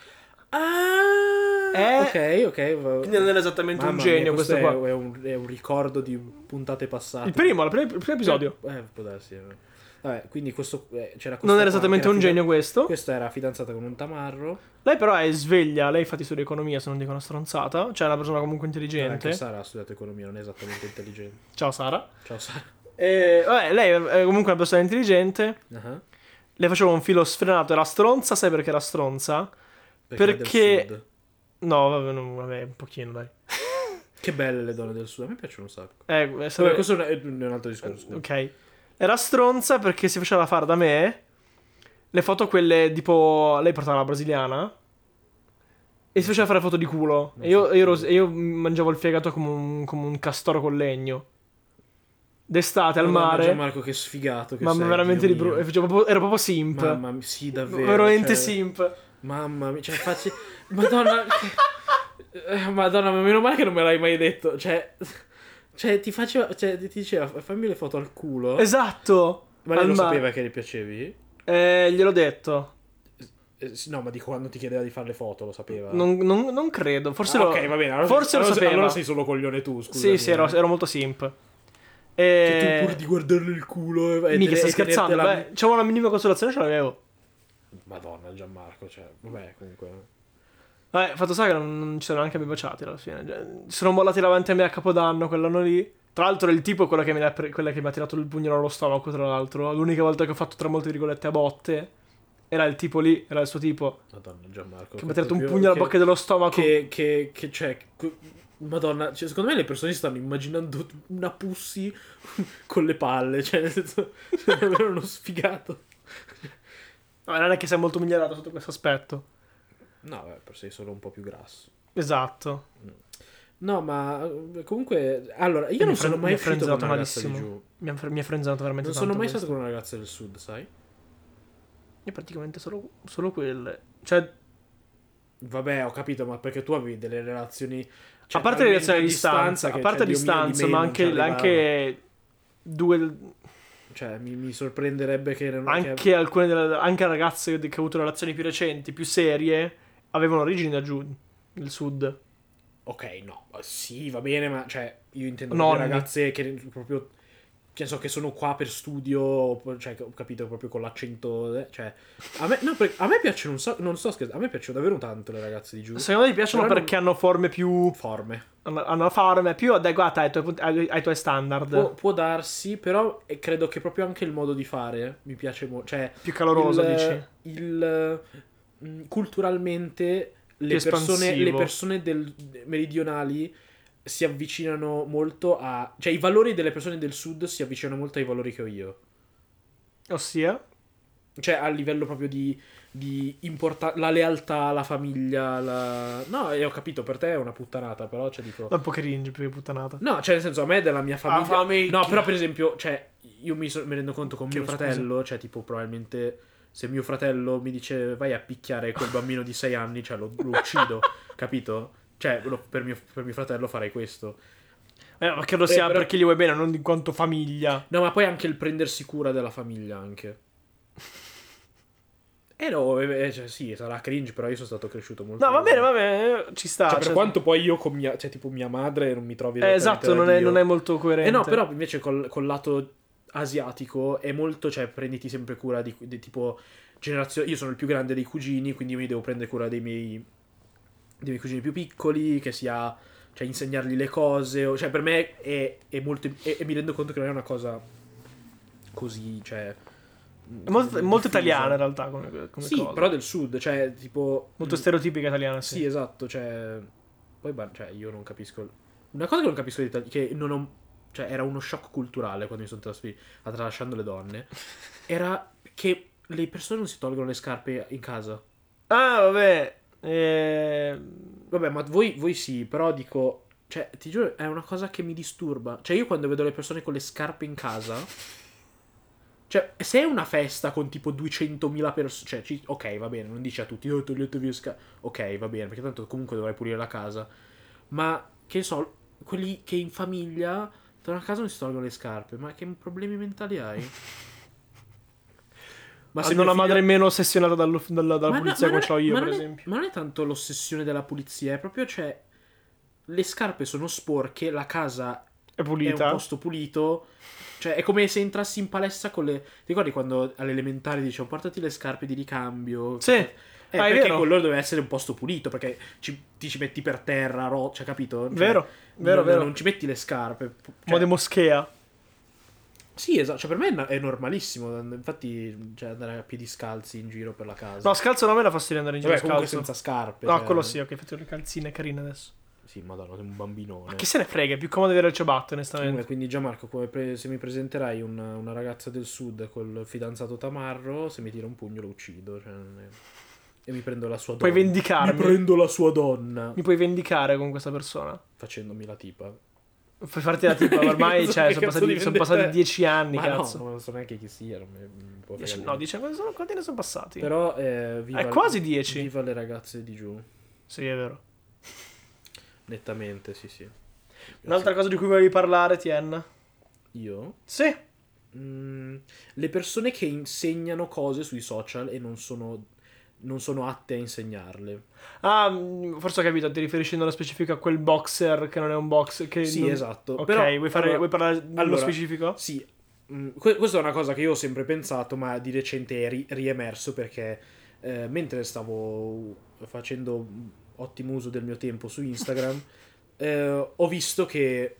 Ah, ok. Quindi non era esattamente un Mamma genio mia, questo qua. è un ricordo di puntate passate. Il primo episodio. Può darsi. Vabbè, quindi questo c'era Non era esattamente un genio questo. Questa era fidanzata con un tamarro. Lei però è sveglia, lei infatti studia economia, se non dico una stronzata. Cioè è una persona comunque Anche intelligente. Sara ha studiato economia, non è esattamente intelligente. Ciao Sara. Ciao Sara. Vabbè, lei è comunque una persona intelligente. Uh-huh. Le facevo un filo sfrenato, era stronza, sai perché era stronza? Perché- È del sud. No, vabbè, un pochino, dai. Che belle le donne del sud, a me piacciono un sacco. Vabbè, Vabbè, questo è un altro discorso. Scusa. Ok. Era stronza perché si faceva fare da me le foto quelle tipo... Lei portava la brasiliana e si faceva fare foto di culo. E io mangiavo il fegato come un castoro con legno. D'estate al Madonna, mare. Gianmarco, che sfigato che Mamma, sei, veramente Dio mio. ero proprio simp. Mamma mia, sì, davvero. Veramente cioè, simp. Mamma mia, cioè, Madonna. Madonna, ma meno male che non me l'hai mai detto. Cioè, ti faceva. Cioè, ti diceva, fammi le foto al culo. Esatto. Ma lei al lo mare. sapeva che le piacevi? Gliel'ho detto. Sì, no, ma dico quando ti chiedeva di fare le foto, lo sapeva. Non credo. Forse ok, va bene. Allora, forse lo sapeva. Allora sei solo coglione tu, scusa. Sì, ero molto simp. Che tu pur di guardarle il culo e Mica stai e scherzando. tenertela- Beh, c'avevo una minima consolazione, ce l'avevo. Madonna, Gianmarco, cioè, vabbè, comunque. Vabbè, fatto sta che non ci sono neanche più baciati alla fine. Cioè, si sono mollati davanti a me a Capodanno quell'anno lì. Tra l'altro il tipo quella che mi ha tirato il pugno nello stomaco, tra l'altro. L'unica volta che ho fatto tra molte virgolette a botte era il tipo lì, era il suo tipo. Madonna, Gianmarco. Che mi ha tirato un pugno alla bocca dello stomaco. Madonna, cioè, secondo me le persone si stanno immaginando una pussy con le palle, cioè, nel senso, è davvero uno sfigato. Vabbè, non è che sei molto migliorato sotto questo aspetto. No, beh, però sei solo un po' più grasso. Esatto. No, ma comunque, allora, io non sono mai uscito con una ragazza di giù. Mi ha frenzato veramente Non tanto. sono mai questo. stato con una ragazza del sud, sai? Io praticamente solo quelle. Cioè, Vabbè, ho capito, ma perché tu avevi delle relazioni... a parte le relazioni a distanza, che, a parte cioè, a distanza, ma non ci arrivava. anche due. Cioè, mi sorprenderebbe che erano... Anche alcune anche ragazze che ho avuto relazioni più recenti, più serie, avevano origini da giù, del sud. Ok, no, sì, va bene, ma cioè, io intendo Nonni. proprio ragazze che proprio, cioè, so che sono qua per studio, cioè, ho capito, proprio con l'accento, cioè, a me, no, a me piacciono un sacco, non sto scherzando, a me piacciono davvero tanto le ragazze di giù. Secondo me ti piacciono Però perché hanno forme più. Forme. Hanno forme più adeguate ai tuoi standard. Può darsi, però credo che proprio anche il modo di fare mi piace molto, cioè... Più caloroso, dici? Culturalmente le persone meridionali si avvicinano molto a... Cioè i valori delle persone del sud si avvicinano molto ai valori che ho io. Ossia? Cioè a livello proprio di la lealtà, la famiglia, No, ho capito, per te è una puttanata, però cioè dico... Un po' cringe più che puttanata. No, cioè nel senso a me della mia famiglia... famiglia. No, però per esempio, cioè io mi rendo conto con mio Chiedo fratello, cioè tipo probabilmente... Se mio fratello mi dice vai a picchiare quel bambino di 6 anni, cioè lo uccido, capito? Cioè, per mio fratello farei questo. Ma che lo sia però- perché gli vuoi bene, non in quanto famiglia. No, ma poi anche il prendersi cura della famiglia, anche. No, cioè, sì, sarà cringe, però io sono stato cresciuto molto... No, va bene, ci sta. Cioè, per quanto poi io con cioè, tipo mia madre non mi trovi... Esatto, non è molto coerente. no, però invece col lato asiatico è molto, cioè, prenditi sempre cura di tipo generazione. Io sono il più grande dei cugini, quindi io mi devo prendere cura dei miei cugini più piccoli, che sia, cioè, insegnargli le cose, cioè, per me è molto, e mi rendo conto che non è una cosa così, cioè, È molto diffusa. italiana in realtà come Sì, cosa. però del sud, cioè, tipo Molto stereotipica italiana, sì. sì, esatto, cioè poi cioè, io non capisco una cosa che non capisco che non ho, cioè, era uno shock culturale quando mi sono trasferito a Tralasciando le donne, era che le persone non si tolgono le scarpe in casa. Ah, vabbè. Vabbè, ma voi sì, però dico, cioè, ti giuro, è una cosa che mi disturba. Cioè, io quando vedo le persone con le scarpe in casa, cioè, se è una festa con tipo 200.000 persone, cioè, ok, va bene, non dici a tutti, toglietevi le scarpe. Ok, va bene, perché tanto comunque dovrai pulire la casa. Ma, che ne so, quelli che in famiglia tornano a casa non si tolgono le scarpe. Ma che problemi mentali hai? Ma Hanno una madre meno ossessionata dalla pulizia come ce l'ho io, per esempio. Ma non è tanto l'ossessione della pulizia, è proprio, cioè, le scarpe sono sporche, la casa È pulita. è un posto pulito. Cioè, è come se entrassi in palestra con le... Ti ricordi quando all'elementare dicevo portati le scarpe di ricambio? Sì. È perché vero. con loro deve essere un posto pulito, perché ti ci metti per terra, cioè, capito? Cioè, Vero. Non ci metti le scarpe. Cioè, Mode moschea. sì, esatto, cioè per me è normalissimo. Infatti, cioè, andare a piedi scalzi in giro per la casa. No, scalzo non me la fastidio andare in giro Vabbè, comunque scalzo. senza scarpe. No, cioè... quello sì, ok, fate le calzine carine adesso. Sì, madonna, sei un bambinone. Ma che se ne frega, è più comodo avere il ciabatte, onestamente. Quindi Gianmarco, se mi presenterai una ragazza del sud col fidanzato tamarro, se mi tira un pugno lo uccido. Cioè, e mi prendo la sua donna. Puoi vendicarmi. Mi prendo la sua donna. Mi puoi vendicare con questa persona. Facendomi la tipa. Puoi farti la tipa, ormai cioè, sono passati 10 anni, Ma cazzo. no, non so neanche chi sia. Non mi può fregare No, dice quanti ne sono passati? Però viva È quasi 10. Viva le ragazze di giù. Sì, è vero. Nettamente, sì. Un'altra cosa di cui volevi parlare, Tien? Io? Sì. Le persone che insegnano cose sui social e non sono atte a insegnarle. Ah, forse ho capito, ti riferisci nello specifico a quel boxer che non è un box. Che sì, non... esatto. Ok, però, vuoi parlare nello specifico? Sì. Questa è una cosa che ho sempre pensato, ma di recente è riemerso perché mentre stavo facendo ottimo uso del mio tempo su Instagram, ho visto che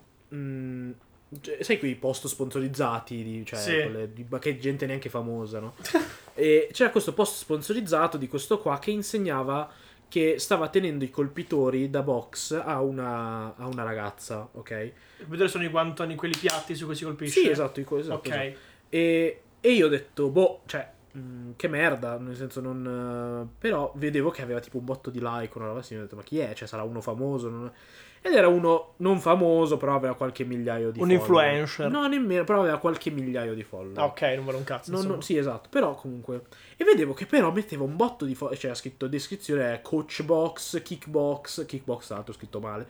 sai quei post sponsorizzati cioè Sì. ma che gente neanche famosa, no? E c'era questo post sponsorizzato di questo qua che insegnava che stava tenendo i colpitori da box a una ragazza, ok? Vedere sono i guantoni, quelli piatti su cui si colpisce. Sì, esatto, Ok. esatto. E io ho detto, boh, cioè, che merda, nel senso non... però vedevo che aveva tipo un botto di like, una roba simile, ho detto, ma chi è? Cioè, sarà uno famoso? Ed era uno non famoso, però aveva qualche migliaio di follower. Un influencer. No, nemmeno, però aveva qualche migliaio di follower. Ah, ok, non vale un cazzo. Sì, esatto, però comunque... E vedevo che però metteva un botto di cioè ha scritto descrizione coach box, kickbox, tra l'altro scritto male,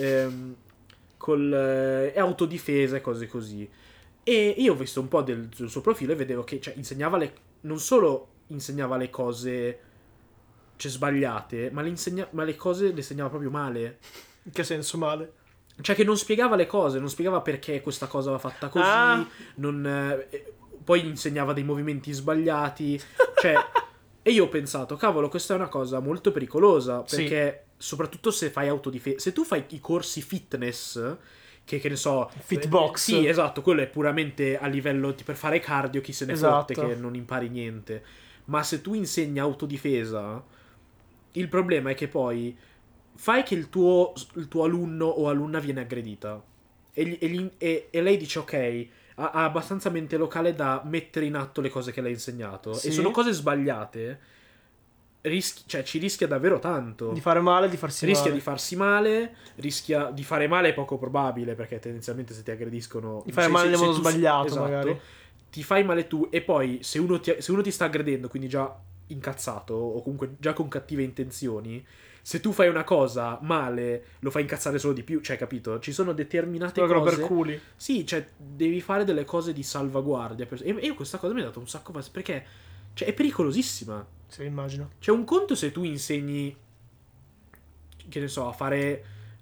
autodifesa e cose così. E io ho visto un po' del suo profilo e vedevo che, cioè, non solo insegnava le cose, cioè, sbagliate, ma le cose le insegnava proprio male. In che senso male? Cioè che non spiegava le cose, non spiegava perché questa cosa va fatta così, poi insegnava dei movimenti sbagliati, cioè, e io ho pensato, cavolo, questa è una cosa molto pericolosa, perché soprattutto se fai autodifesa, se tu fai i corsi fitness, che ne so, Fitbox. Sì, esatto, quello è puramente a livello per fare cardio, chi se ne fotte che non impari niente, ma se tu insegni autodifesa, il problema è che poi fai che il tuo alunno o alunna viene aggredita e lei dice ok, ha abbastanza mente locale da mettere in atto le cose che le ha insegnato, e sono cose sbagliate, ci rischia davvero tanto di fare male, di farsi male. Rischia di farsi male, rischia di fare male, è poco probabile, perché tendenzialmente se ti aggrediscono di fare male nel modo sbagliato, esatto, magari ti fai male tu, e poi se uno ti sta aggredendo, quindi già incazzato o comunque già con cattive intenzioni, se tu fai una cosa male lo fai incazzare solo di più, cioè, capito? Ci sono determinate cose per culi. Sì, cioè devi fare delle cose di salvaguardia e io questa cosa mi ha dato un sacco perché, cioè, è pericolosissima. Sì, immagino. Cioè, un conto se tu insegni, che ne so, a fare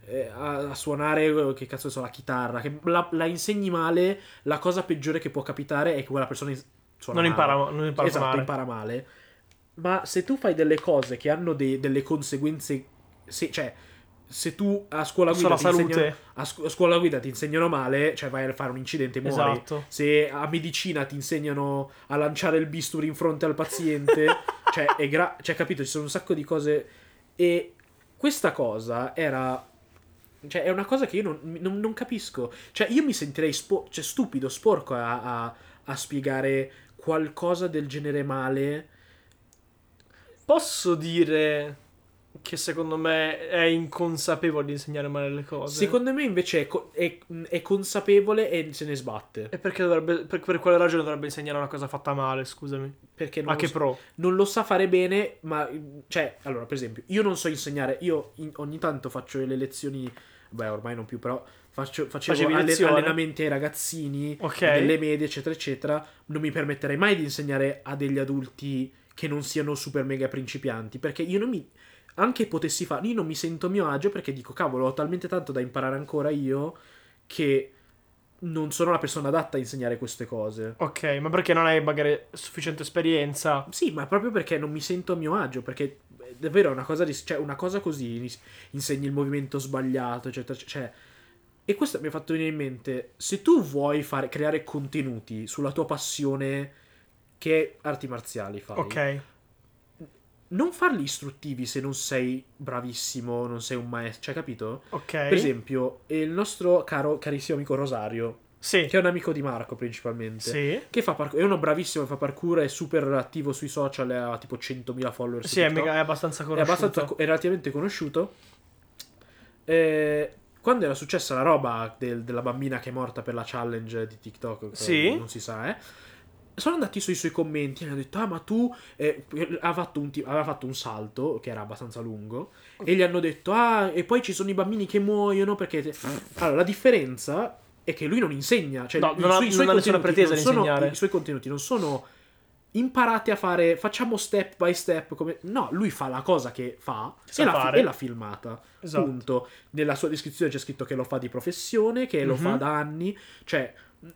a suonare, che cazzo ne so, la chitarra, che la insegni male, la cosa peggiore che può capitare è che quella persona suona Non male. impara Esatto, male. impara male. Ma se tu fai delle cose che hanno delle conseguenze, cioè, se tu a scuola guida Sulla salute. a scuola guida ti insegnano male, cioè vai a fare un incidente e muori. Esatto. Se a medicina ti insegnano a lanciare il bisturi in fronte al paziente, cioè, cioè, capito, ci sono un sacco di cose. E questa cosa era... Cioè, è una cosa che io non capisco. Cioè, io mi sentirei stupido, sporco a spiegare qualcosa del genere male. Posso dire che secondo me è inconsapevole di insegnare male le cose? Secondo me invece è consapevole e se ne sbatte. E perché dovrebbe, per quale ragione dovrebbe insegnare una cosa fatta male, scusami? Perché Ma che pro? non lo sa fare bene, ma... Cioè, allora, per esempio, io non so insegnare. Io ogni tanto faccio le lezioni... Beh, ormai non più, però facevo allenamenti ai ragazzini, delle medie, eccetera, eccetera. Non mi permetterei mai di insegnare a degli adulti che non siano super mega principianti, perché io non mi... Anche potessi fare... Io non mi sento a mio agio perché dico, cavolo, ho talmente tanto da imparare ancora io che non sono la persona adatta a insegnare queste cose. Ok, ma perché non hai magari sufficiente esperienza? Sì, ma proprio perché non mi sento a mio agio, perché davvero è una cosa cioè una cosa così insegni il movimento sbagliato, eccetera, cioè, e questo mi ha fatto venire in mente, se tu vuoi creare contenuti sulla tua passione che è arti marziali, fai. Ok. Non farli istruttivi se non sei bravissimo, non sei un maestro, cioè, capito? Ok. Per esempio, il nostro carissimo amico Rosario, Sì. che è un amico di Marco principalmente, Sì. che fa parkour, è uno bravissimo che fa parkour, è super attivo sui social, ha tipo 100.000 follower su Sì, è TikTok. abbastanza conosciuto. È relativamente conosciuto. Quando era successa la roba della bambina che è morta per la challenge di TikTok, Sì. non si sa, sono andati sui suoi commenti e hanno detto, ma tu aveva fatto un salto che era abbastanza lungo e gli hanno detto, e poi ci sono i bambini che muoiono perché... Allora, la differenza è che lui non insegna, cioè No, non ha nessuna pretesa di insegnare. I suoi contenuti non sono imparate a fare, facciamo step by step, no, lui fa la cosa che fa e l'ha filmata. Esatto. Punto. Nella sua descrizione c'è scritto che lo fa di professione, che lo fa da anni, cioè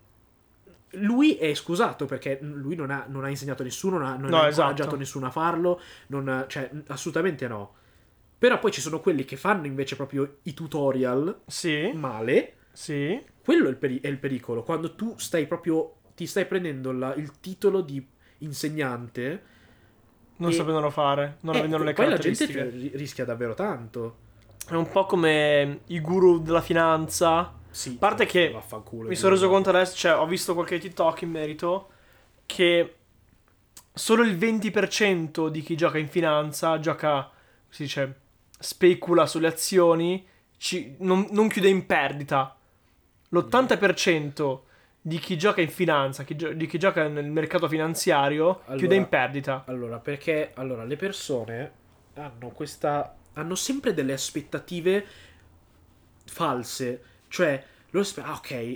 lui è scusato perché lui non ha insegnato a nessuno, non ha incoraggiato nessuno a farlo, cioè assolutamente no. Però poi ci sono quelli che fanno invece proprio i tutorial male. Sì. Quello è il pericolo, quando tu ti stai prendendo il titolo di insegnante, non sapendolo fare, non avendolo le caratteristiche. Poi la gente rischia davvero tanto. È un po' come i guru della finanza. Sì, a parte che mi sono reso conto adesso, cioè ho visto qualche TikTok in merito, che solo il 20% di chi gioca in finanza si dice, specula sulle azioni, non chiude in perdita. L'80% di chi gioca in finanza, di chi gioca nel mercato finanziario, chiude in perdita. Allora, perché le persone hanno sempre delle aspettative false. Cioè, ok,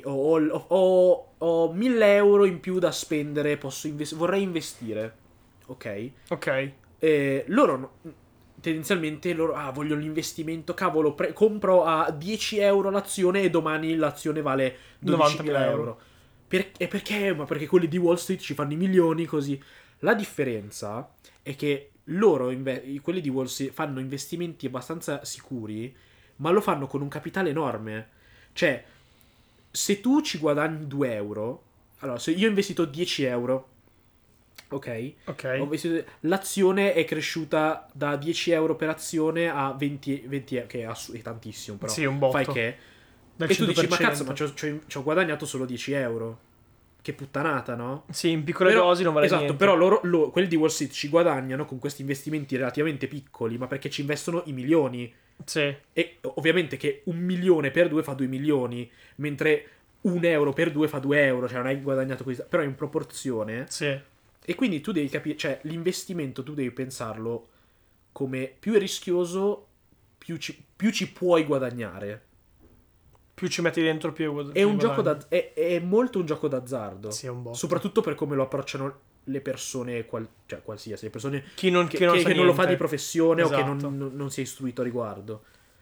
ho 1.000 euro in più da spendere, vorrei investire. Ok? Ok. Loro tendenzialmente voglio l'investimento, cavolo, compro a 10 euro l'azione e domani l'azione vale 12.000 euro. Perché? Ma perché quelli di Wall Street ci fanno i milioni così. La differenza è che quelli di Wall Street fanno investimenti abbastanza sicuri, ma lo fanno con un capitale enorme. Cioè, se tu ci guadagni 2 euro, allora, se io ho investito 10 euro, ok? L'azione è cresciuta da 10 euro per azione a 20 che è tantissimo, però sì, un botto. Fai che? E tu dici, ma cazzo, ma ci ho guadagnato solo 10 euro. Che puttanata, no? Sì, in piccole dosi non vale niente. Esatto, però quelli di Wall Street ci guadagnano con questi investimenti relativamente piccoli, ma perché ci investono i milioni. Sì. E ovviamente che 1 milione per 2 fa 2 milioni, mentre 1 euro per 2 fa 2 euro, cioè non hai guadagnato così, però in proporzione. Sì. E quindi tu devi capire, cioè l'investimento tu devi pensarlo come più è rischioso, più ci puoi guadagnare. Più ci metti dentro, più è un gioco è molto un gioco d'azzardo. Sì, è un botto. Soprattutto per come lo approcciano le persone, qualsiasi, le persone che non lo fa di professione, esatto. o che non si è istruito a riguardo.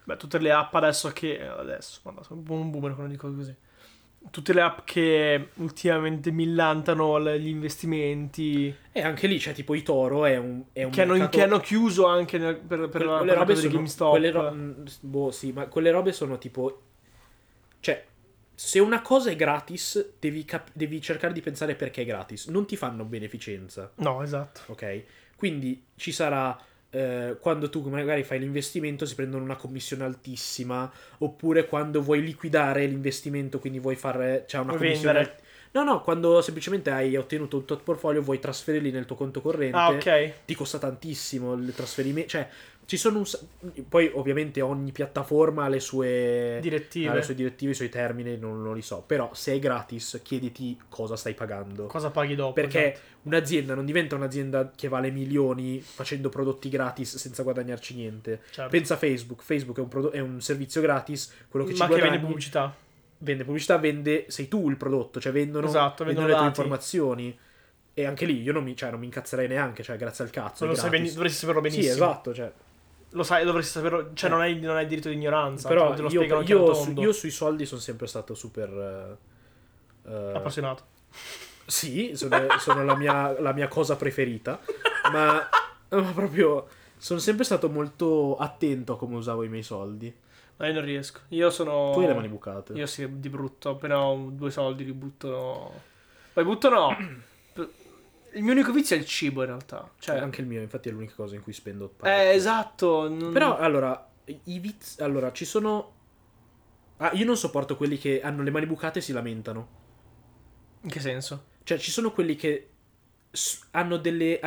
Beh, tutte le app adesso, sono un po' un boomer quando dico così. Tutte le app che ultimamente millantano gli investimenti. E anche lì c'è tipo eToro, è un mercato... che hanno chiuso anche quelle robe del sono... GameStop. boh, sì, ma quelle robe sono tipo... Cioè, se una cosa è gratis, devi cercare di pensare perché è gratis. Non ti fanno beneficenza. No, esatto. Ok? Quindi ci sarà... quando tu magari fai l'investimento si prendono una commissione altissima, oppure quando vuoi liquidare l'investimento, quindi vuoi fare, c'è una Vuoi commissione vendere. no, quando semplicemente hai ottenuto un tot portfolio, vuoi trasferirli nel tuo conto corrente, Ah, ok. ti costa tantissimo il trasferimento, cioè ci sono poi ovviamente ogni piattaforma ha Direttive. le sue direttive, i suoi termini, non li so, però se è gratis chiediti cosa stai pagando. Cosa paghi dopo? Perché esatto. un'azienda non diventa un'azienda che vale milioni facendo prodotti gratis senza guadagnarci niente. Certo. Pensa a Facebook. Facebook è un servizio gratis, quello che ci Ma che guadagni... vende pubblicità. Vende pubblicità, sei tu il prodotto, cioè vendono, Esatto, vendono vendono le tue dati. informazioni. E anche lì io non mi incazzerei neanche, cioè grazie al cazzo. Non È lo sai gratis. dovresti saperlo benissimo. Sì, esatto, cioè. Lo sai, dovresti saperlo. Cioè, non hai diritto di ignoranza. Però te lo spiegano chiaro tondo. io sui soldi sono sempre stato super... Appassionato. Sì, sono la mia cosa preferita, ma proprio sono sempre stato molto attento a come usavo i miei soldi. Ma io non riesco. Io sono... Tu hai le mani bucate. Io sì, di brutto. Appena ho 2 soldi li butto... Poi butto no. Il mio unico vizio è il cibo in realtà. Cioè... Anche il mio, infatti, è l'unica cosa in cui spendo esatto. Però, allora, i vizi... Allora, ci sono... Ah, io non sopporto quelli che hanno le mani bucate e si lamentano. In che senso? Cioè, ci sono quelli che hanno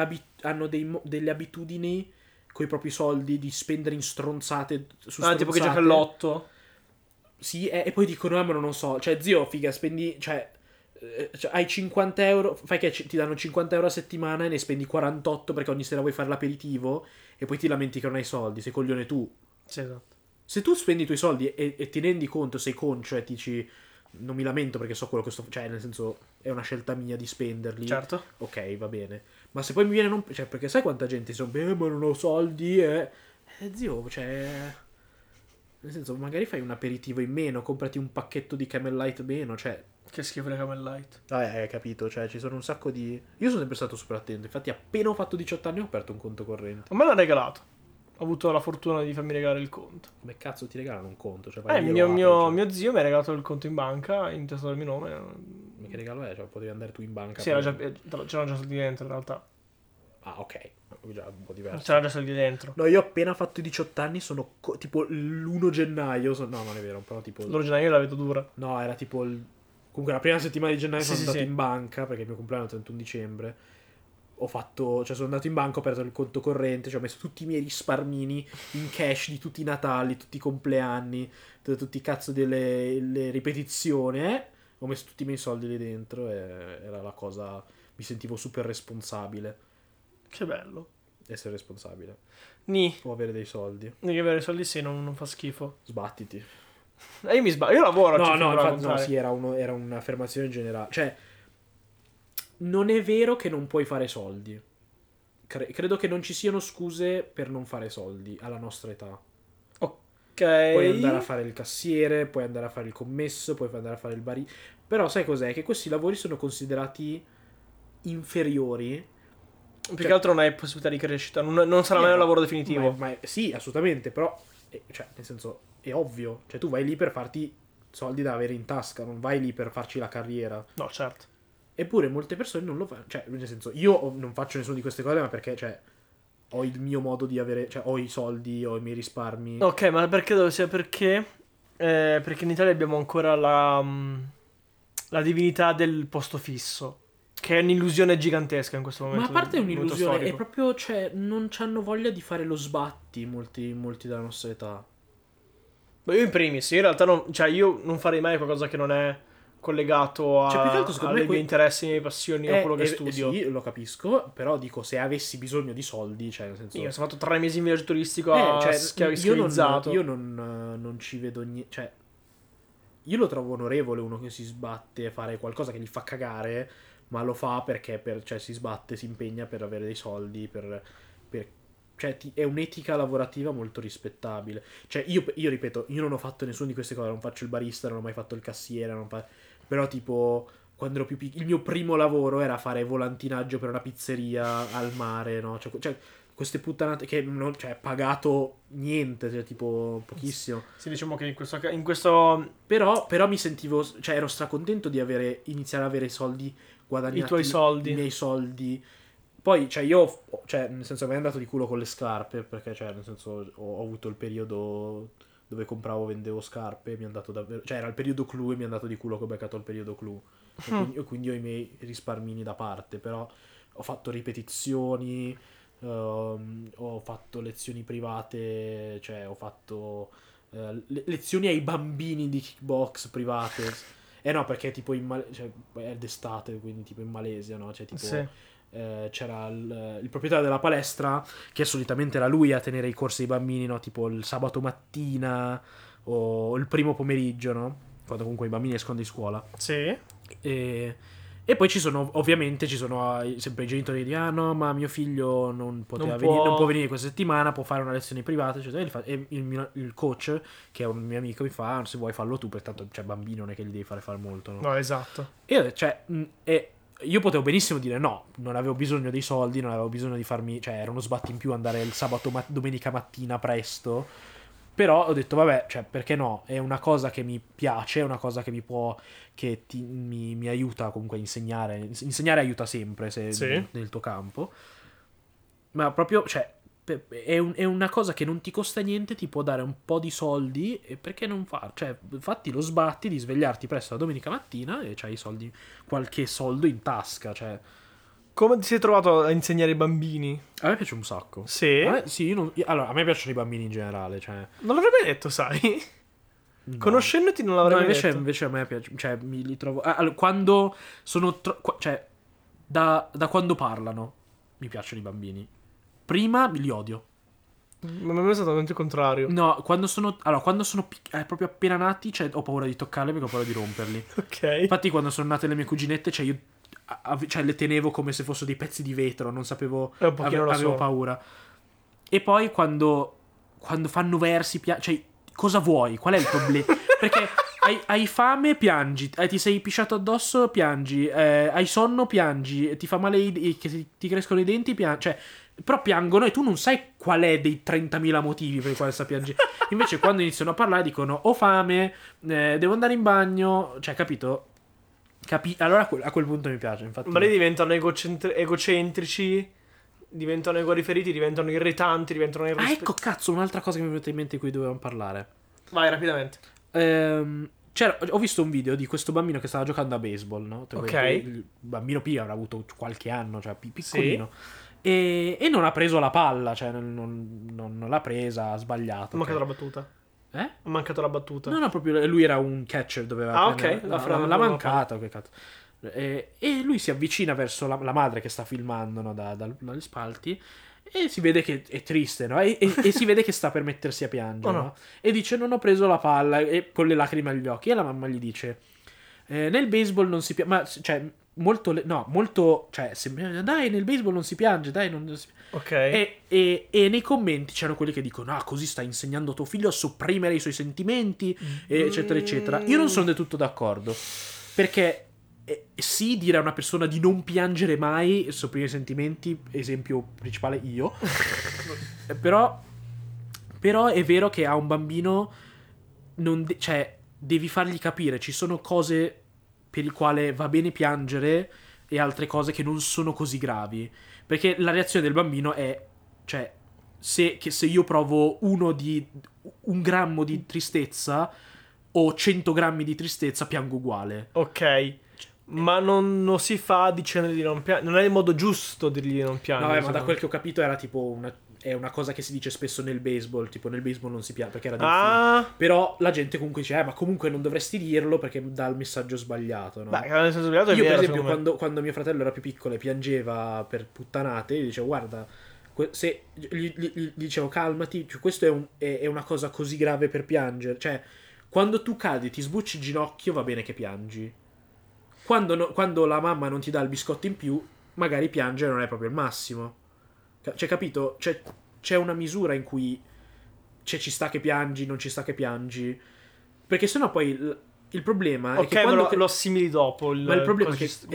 delle abitudini con i propri soldi di spendere in stronzate su stronzate. Tipo che gioca all'otto. Sì, e poi dicono, ma non lo so. Cioè, zio, figa, spendi... Cioè, hai 50 euro... Fai che ti danno 50 euro a settimana e ne spendi 48 perché ogni sera vuoi fare l'aperitivo e poi ti lamenti che non hai soldi. Sei coglione tu. Sì, esatto. Se tu spendi i tuoi soldi e ti rendi conto, sei concio e dici... Non mi lamento perché so quello che sto... Cioè, nel senso, è una scelta mia di spenderli. Certo. Ok, va bene. Ma se poi mi viene... Cioè, perché sai quanta gente si rompe... ma non ho soldi e... zio, cioè... Nel senso, magari fai un aperitivo in meno, comprati un pacchetto di Camel Light meno, cioè... Che schifo le Camel Light. Hai capito, cioè ci sono un sacco di... Io sono sempre stato super attento, infatti appena ho fatto 18 anni ho aperto un conto corrente. A me l'ha regalato. Ho avuto la fortuna di farmi regalare il conto. Come cazzo ti regalano un conto? Cioè, vai lì e lo Mio apri, cioè. zio mi ha regalato il conto in banca, in testa del mio nome. Ma che regalo è? Cioè, potevi andare tu in banca. Sì, c'erano già soldi dentro in realtà. Ah, ok. Già un po' diverso. C'erano già soldi dentro. No, io appena fatto i 18 anni sono tipo l'1 gennaio. No, non è vero, però tipo... L'1 gennaio la vedo dura. No, era tipo comunque la prima settimana di gennaio sono andato sì. in banca, perché il mio compleanno è il 31 dicembre. Cioè sono andato in banca, ho aperto il conto corrente, cioè ho messo tutti i miei risparmini in cash di tutti i Natali, tutti i compleanni, tutti i cazzo delle le ripetizioni, ho messo tutti i miei soldi lì dentro e era la cosa... Mi sentivo super responsabile. Che bello. Essere responsabile. Ni. O avere dei soldi. Devi avere soldi sì, non fa schifo. Sbattiti. Io mi sbaglio, io lavoro. No, infatti no, sì, era un'affermazione generale. Cioè, non è vero che non puoi fare soldi. Credo che non ci siano scuse per non fare soldi alla nostra età. Ok. Puoi andare a fare il cassiere, puoi andare a fare il commesso, puoi andare a fare il barista. Però sai cos'è? Che questi lavori sono considerati inferiori. Più che altro non hai possibilità di crescita. Non sarà mai un lavoro definitivo. Sì, assolutamente, però... cioè, nel senso, è ovvio. Cioè, tu vai lì per farti soldi da avere in tasca, non vai lì per farci la carriera. No, certo. Eppure molte persone non lo fanno. Cioè, nel senso, io non faccio nessuna di queste cose, ma perché, cioè, ho il mio modo di avere... Cioè, ho i soldi, ho i miei risparmi. Ok, ma perché dove sia? Perché in Italia abbiamo ancora la divinità del posto fisso. Che è un'illusione gigantesca in questo momento. Ma a parte un'illusione, è proprio, cioè, non c'hanno voglia di fare lo sbatti molti della nostra età. Ma io in primis, in realtà io non farei mai qualcosa che non è collegato Cioè, più che altro, secondo me, miei interessi, ai miei passioni o quello che studio. Sì, lo capisco, però dico, se avessi bisogno di soldi, cioè, nel senso... Io sono fatto 3 mesi in viaggio turistico schivizzato. Io non ci vedo niente, cioè... Io lo trovo onorevole uno che si sbatte a fare qualcosa che gli fa cagare, ma lo fa perché cioè, si sbatte, si impegna per avere dei soldi, per cioè, è un'etica lavorativa molto rispettabile. Cioè, io ripeto, io non ho fatto nessuna di queste cose, non faccio il barista, non ho mai fatto il cassiere, però tipo, quando ero più piccolo, il mio primo lavoro era fare volantinaggio per una pizzeria al mare, no? Cioè queste puttanate che non, cioè, pagato niente, cioè, tipo, pochissimo. Sì, diciamo che in questo... Però mi sentivo, cioè, ero stracontento di iniziare ad avere i soldi guadagnati. I tuoi soldi. I miei soldi. Poi, cioè, io, cioè, nel senso, mi è andato di culo con le scarpe, perché, cioè, nel senso, ho avuto il periodo dove compravo, vendevo scarpe, mi è andato davvero, cioè, era il periodo clou e mi è andato di culo che ho beccato il periodo clou. Quindi ho i miei risparmini da parte, però ho fatto ripetizioni, ho fatto lezioni private, cioè, ho fatto lezioni ai bambini di kickbox private. No, perché tipo cioè, è d'estate, quindi tipo in Malesia, no? Cioè, tipo... Sì. C'era il proprietario della palestra, che solitamente era lui a tenere i corsi dei bambini, no? Tipo il sabato mattina o il primo pomeriggio, no? Quando comunque i bambini escono di scuola. Sì. E poi ovviamente ci sono sempre i genitori che dicono: ah no, ma mio figlio non poteva Non venire, può. non può venire questa settimana, può fare una lezione privata, eccetera. E il coach, che è un mio amico, mi fa: se vuoi fallo tu, pertanto cioè, bambino non è che gli devi fare molto, no? No, esatto. E cioè, io potevo benissimo dire no, non avevo bisogno dei soldi, non avevo bisogno di farmi, cioè era uno sbatti in più andare il domenica mattina presto, però ho detto vabbè, cioè perché no, è una cosa che mi piace, è una cosa che mi aiuta comunque a insegnare aiuta sempre se Sì. nel tuo campo, ma proprio, cioè è una cosa che non ti costa niente, ti può dare un po' di soldi, e perché non far? Cioè, fatti lo sbatti di svegliarti presto la domenica mattina e c'hai i soldi, qualche soldo in tasca, cioè... Come ti sei trovato a insegnare ai bambini? A me piace un sacco. Sì? Sì, allora, a me piacciono i bambini in generale, cioè... Non l'avrei mai detto, sai? No. Conoscendoti non l'avrei mai detto. Invece a me piace, cioè, mi li trovo... allora, quando sono... cioè, da quando parlano, mi piacciono i bambini. Prima li odio. Ma a me è esattamente il contrario. No, quando sono proprio appena nati, cioè, ho paura di toccarli perché ho paura di romperli. Ok. Infatti, quando sono nate le mie cuginette, cioè, io cioè, le tenevo come se fossero dei pezzi di vetro, non sapevo, Un pochino lo avevo so. paura. E poi quando fanno versi, cioè, cosa vuoi? Qual è il problema? Perché hai fame, piangi, ti sei pisciato addosso, piangi, hai sonno, piangi, ti fa male che ti crescono i denti, piangi, cioè, però piangono e tu non sai qual è dei 30.000 motivi per i quali sta piangendo. Invece quando iniziano a parlare dicono ho fame, devo andare in bagno, cioè, capito? Allora a quel punto mi piace, infatti. Ma lì diventano egocentrici, diventano egoriferiti, diventano irritanti, diventano Ecco, cazzo, un'altra cosa che mi è venuta in mente di cui dovevamo parlare. Vai, rapidamente. Ho visto un video di questo bambino che stava giocando a baseball, no? Ok. Il bambino P avrà avuto qualche anno, cioè piccolino. Sì. E non ha preso la palla, cioè non l'ha presa, ha sbagliato. Ho mancato la battuta. Ha mancato la battuta. No, proprio lui era un catcher, doveva ok. L'ha mancata, che cazzo. E lui si avvicina verso la madre che sta filmando, no, dagli spalti, e si vede che è triste, no? E si vede che sta per mettersi a piangere, no? No? E dice non ho preso la palla, e con le lacrime agli occhi, e la mamma gli dice nel baseball non si piange, ma cioè molto, cioè dai, nel baseball non si piange, dai, non si piange. Ok. E nei commenti c'erano quelli che dicono così stai insegnando a tuo figlio a sopprimere i suoi sentimenti, eccetera eccetera. Io non sono del tutto d'accordo, perché sì, dire a una persona di non piangere mai, sopprimere i sentimenti, esempio principale io. però è vero che a un bambino cioè devi fargli capire, ci sono cose per le quali va bene piangere e altre cose che non sono così gravi, perché la reazione del bambino è, cioè, se io provo un grammo di tristezza o 100 grammi di tristezza, piango uguale. Ok. Ma non si fa dicendo di non piangere. Non è il modo giusto dirgli di non piangere. No, ma da quel che ho capito era tipo è una cosa che si dice spesso nel baseball, tipo nel baseball non si piange perché era difficile. Però la gente comunque dice ma comunque non dovresti dirlo perché dà il messaggio sbagliato, no? Beh, il messaggio sbagliato è io vero, per esempio quando mio fratello era più piccolo e piangeva per puttanate, io dicevo guarda, se gli dicevo calmati, cioè, questo è una cosa così grave per piangere, cioè quando tu cadi ti sbucci il ginocchio va bene che piangi, quando la mamma non ti dà il biscotto in più magari piangere non è proprio il massimo, cioè capito? Cioè c'è una misura in cui ci sta che piangi, non ci sta che piangi. Perché sennò poi il problema è che quando lo assimili dopo. Ma il problema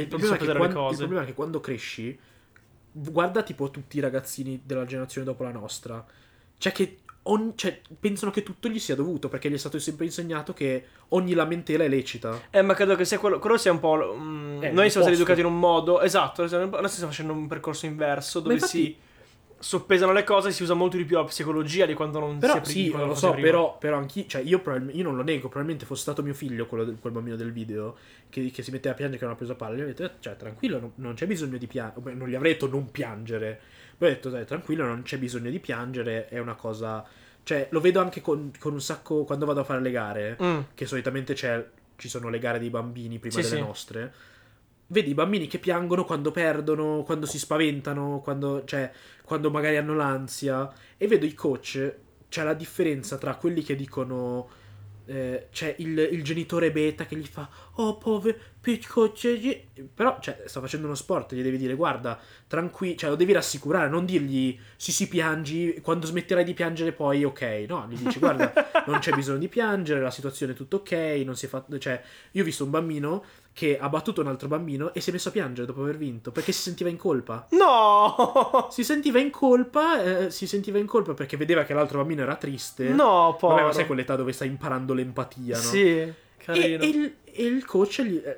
è che quando cresci, guarda tipo tutti i ragazzini della generazione dopo la nostra, cioè che pensano che tutto gli sia dovuto, perché gli è stato sempre insegnato che ogni lamentela è lecita. Ma credo che sia quello sia un po'. Noi siamo stati educati in un modo. Esatto, noi stiamo facendo un percorso inverso dove si soppesano le cose, si usa molto di più la psicologia di quando non però, si sì, lo so, però anch'io, cioè io non lo nego, probabilmente fosse stato mio figlio, quel bambino del video, che si metteva a piangere che non ha preso palla, gli ho detto, cioè tranquillo, non c'è bisogno di piangere, non gli avrei detto non piangere, poi ho detto, dai, tranquillo, non c'è bisogno di piangere, è una cosa, cioè lo vedo anche con un sacco, quando vado a fare le gare, che solitamente ci sono le gare dei bambini prima delle nostre. Vedi i bambini che piangono quando perdono, quando si spaventano, quando magari hanno l'ansia. E vedo i coach, c'è la differenza tra quelli che dicono... c'è il genitore beta che gli fa oh povero piccolo, però sta facendo uno sport, gli devi dire guarda tranquillo, cioè lo devi rassicurare, non dirgli sì piangi, quando smetterai di piangere poi ok, no, gli dici guarda non c'è bisogno di piangere, la situazione è tutto ok, non si è fatto, cioè io ho visto un bambino che ha battuto un altro bambino e si è messo a piangere dopo aver vinto perché si sentiva in colpa. No! Si sentiva in colpa perché vedeva che l'altro bambino era triste. No, povero. Vabbè, ma sai quell'età dove stai imparando l'empatia, no? Sì, carino. E il coach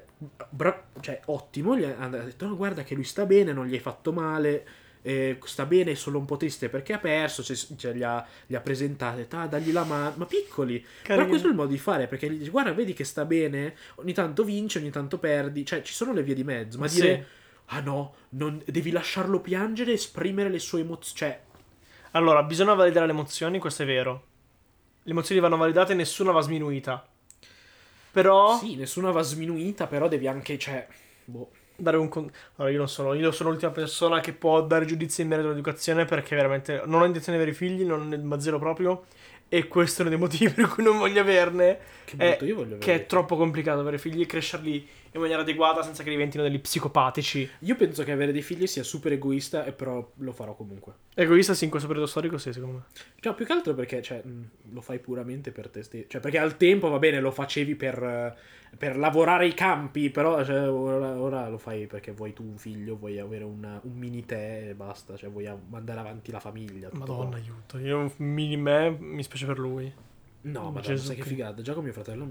cioè ottimo, gli ha detto no, guarda che lui sta bene, non gli hai fatto male, sta bene, è solo un po' triste perché ha perso, cioè, gli ha presentato, dagli la mano, ma piccoli. Carino. Però questo è il modo di fare, perché gli dici guarda vedi che sta bene, ogni tanto vince, ogni tanto perdi, cioè ci sono le vie di mezzo, ma dire ah no, devi lasciarlo piangere, esprimere le sue emozioni, cioè... Allora, bisogna validare le emozioni, questo è vero. Le emozioni vanno validate e nessuna va sminuita. Però... Sì, nessuna va sminuita, però devi anche, cioè... dare allora io sono l'ultima persona che può dare giudizi in merito all'educazione, perché veramente non ho intenzione di avere figli, ma zero proprio, e questo è uno dei motivi per cui non voglio averne. Io voglio che è troppo complicato avere figli e crescerli in maniera adeguata senza che diventino degli psicopatici. Io penso che avere dei figli sia super egoista, e però lo farò comunque. Egoista sì, in questo periodo storico sì, secondo me. Cioè, più che altro perché lo fai puramente per te stesso. Cioè, perché al tempo, va bene, lo facevi per lavorare i campi, però ora lo fai perché vuoi tu un figlio, vuoi avere un mini te e basta. Cioè, vuoi mandare avanti la famiglia. Madonna, aiuto. Io un mini me mi spiace per lui. No, ma sai che figata. Già con mio fratello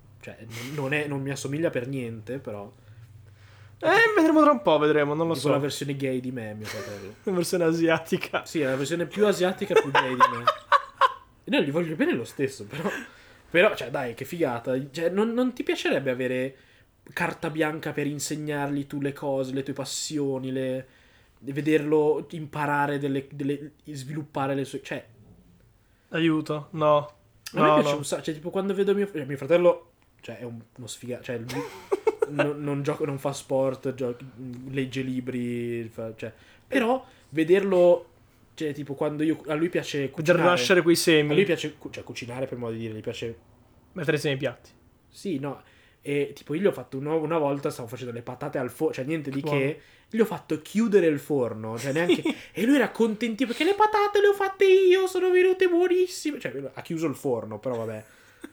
non mi assomiglia per niente, però... vedremo tra un po', non lo so. La versione gay di me, mio fratello. La versione asiatica. Sì, è la versione più asiatica e più gay di me. E no, gli voglio bene lo stesso, però, cioè, dai, che figata. Cioè, non ti piacerebbe avere carta bianca per insegnargli tu le cose, le tue passioni, vederlo imparare sviluppare le sue... Cioè... Aiuto, no. A me piace un sacco, cioè, tipo, quando vedo mio fratello... Cioè, è uno sfigato. Cioè, non gioca, non fa sport, legge libri, cioè, però vederlo, cioè, tipo, quando a lui piace cucinare, nascere quei semi. A lui piace cucinare, per modo di dire, gli piace mettere semi ai piatti. Sì, no. E tipo, io gli ho fatto una volta, stavo facendo le patate al forno, cioè niente di che, gli ho fatto chiudere il forno, cioè neanche e lui era contentissimo perché le patate le ho fatte io, sono venute buonissime, cioè ha chiuso il forno, però vabbè.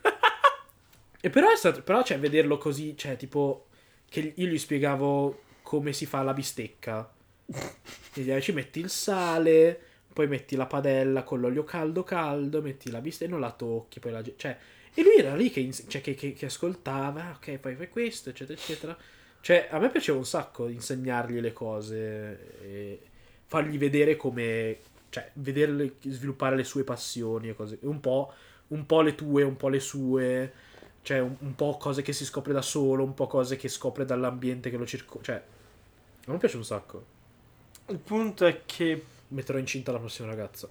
E però cioè, vederlo così, cioè, tipo, che io gli spiegavo come si fa la bistecca. E ci metti il sale, poi metti la padella con l'olio caldo, metti la bistecca e non la tocchi, poi cioè, e lui era lì che ascoltava, ok, poi fai questo, eccetera, eccetera. Cioè, a me piaceva un sacco insegnargli le cose e fargli vedere come, cioè, vederle sviluppare le sue passioni e cose, un po' le tue, un po' le sue. Cioè, un po' cose che si scopre da solo, un po' cose che scopre dall'ambiente che lo circonda. Cioè, a me piace un sacco. Il punto è che metterò incinta la prossima ragazza.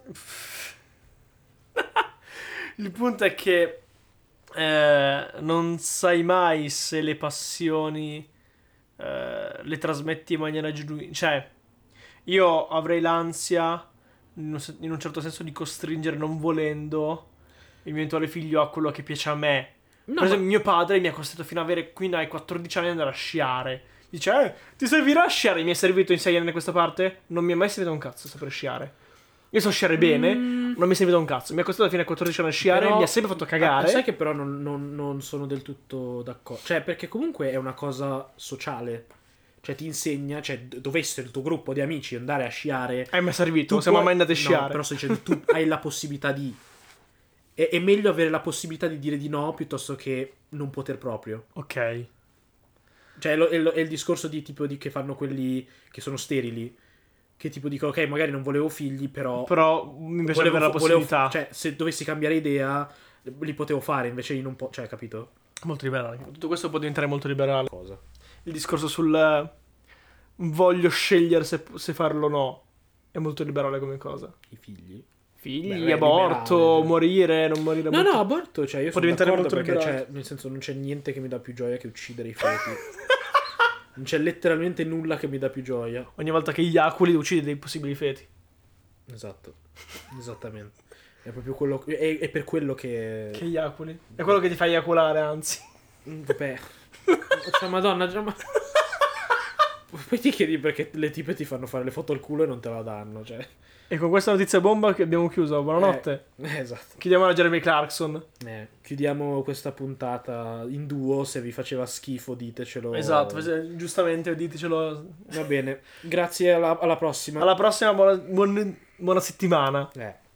Il punto è che non sai mai se le passioni le trasmetti in maniera genuina. Cioè, io avrei l'ansia, in un certo senso, di costringere, non volendo, il mio eventuale figlio a quello che piace a me. No, per esempio, mio padre mi ha costretto fino ai 14 anni ad andare a sciare. Dice, ti servirà a sciare? Mi è servito in 6 anni da questa parte? Non mi è mai servito un cazzo sapere sciare. Io so sciare bene, non mi è servito un cazzo. Mi ha costato fino a 14 anni a sciare, Però- mi ha sempre fatto cagare. Sai che però non sono del tutto d'accordo. Cioè, perché comunque è una cosa sociale. Cioè, ti insegna, cioè, dovesse il tuo gruppo di amici andare a sciare. Mi è servito, non tu siamo puoi- mai andati a No, sciare. però sto dicendo, tu hai la possibilità di. È meglio avere la possibilità di dire di no piuttosto che non poter proprio. Ok. Cioè, è il discorso di tipo di che fanno quelli che sono sterili. Che tipo dicono, ok, magari non volevo figli, però. Però mi piace avere la possibilità. Cioè, se dovessi cambiare idea, li potevo fare, invece di non cioè, capito? Molto liberale. Tutto questo può diventare molto liberale. Cosa? Il discorso sul voglio scegliere se farlo o no è molto liberale come cosa. I figli? Figli, Beh, aborto, liberale, cioè. morire, non morire. No, no, aborto, cioè, io Può sono diventare d'accordo molto perché, liberale. cioè, nel senso, non c'è niente che mi dà più gioia che uccidere i feti. Non c'è letteralmente nulla che mi dà più gioia. Ogni volta che eiaculi uccidi dei possibili feti. Esatto. Esattamente. È proprio quello. È per quello che. Che eiaculi? È quello che ti fa eiaculare, anzi. Vabbè. Cioè, madonna, già. Poi ti chiedi perché le tipe ti fanno fare le foto al culo e non te la danno, cioè. E con questa notizia bomba che abbiamo chiuso. Buonanotte. Esatto. Chiediamo a Jeremy Clarkson. Chiudiamo questa puntata in duo. Se vi faceva schifo, ditecelo. Esatto, giustamente ditecelo. Va bene. Grazie, alla prossima. Alla prossima, buona settimana.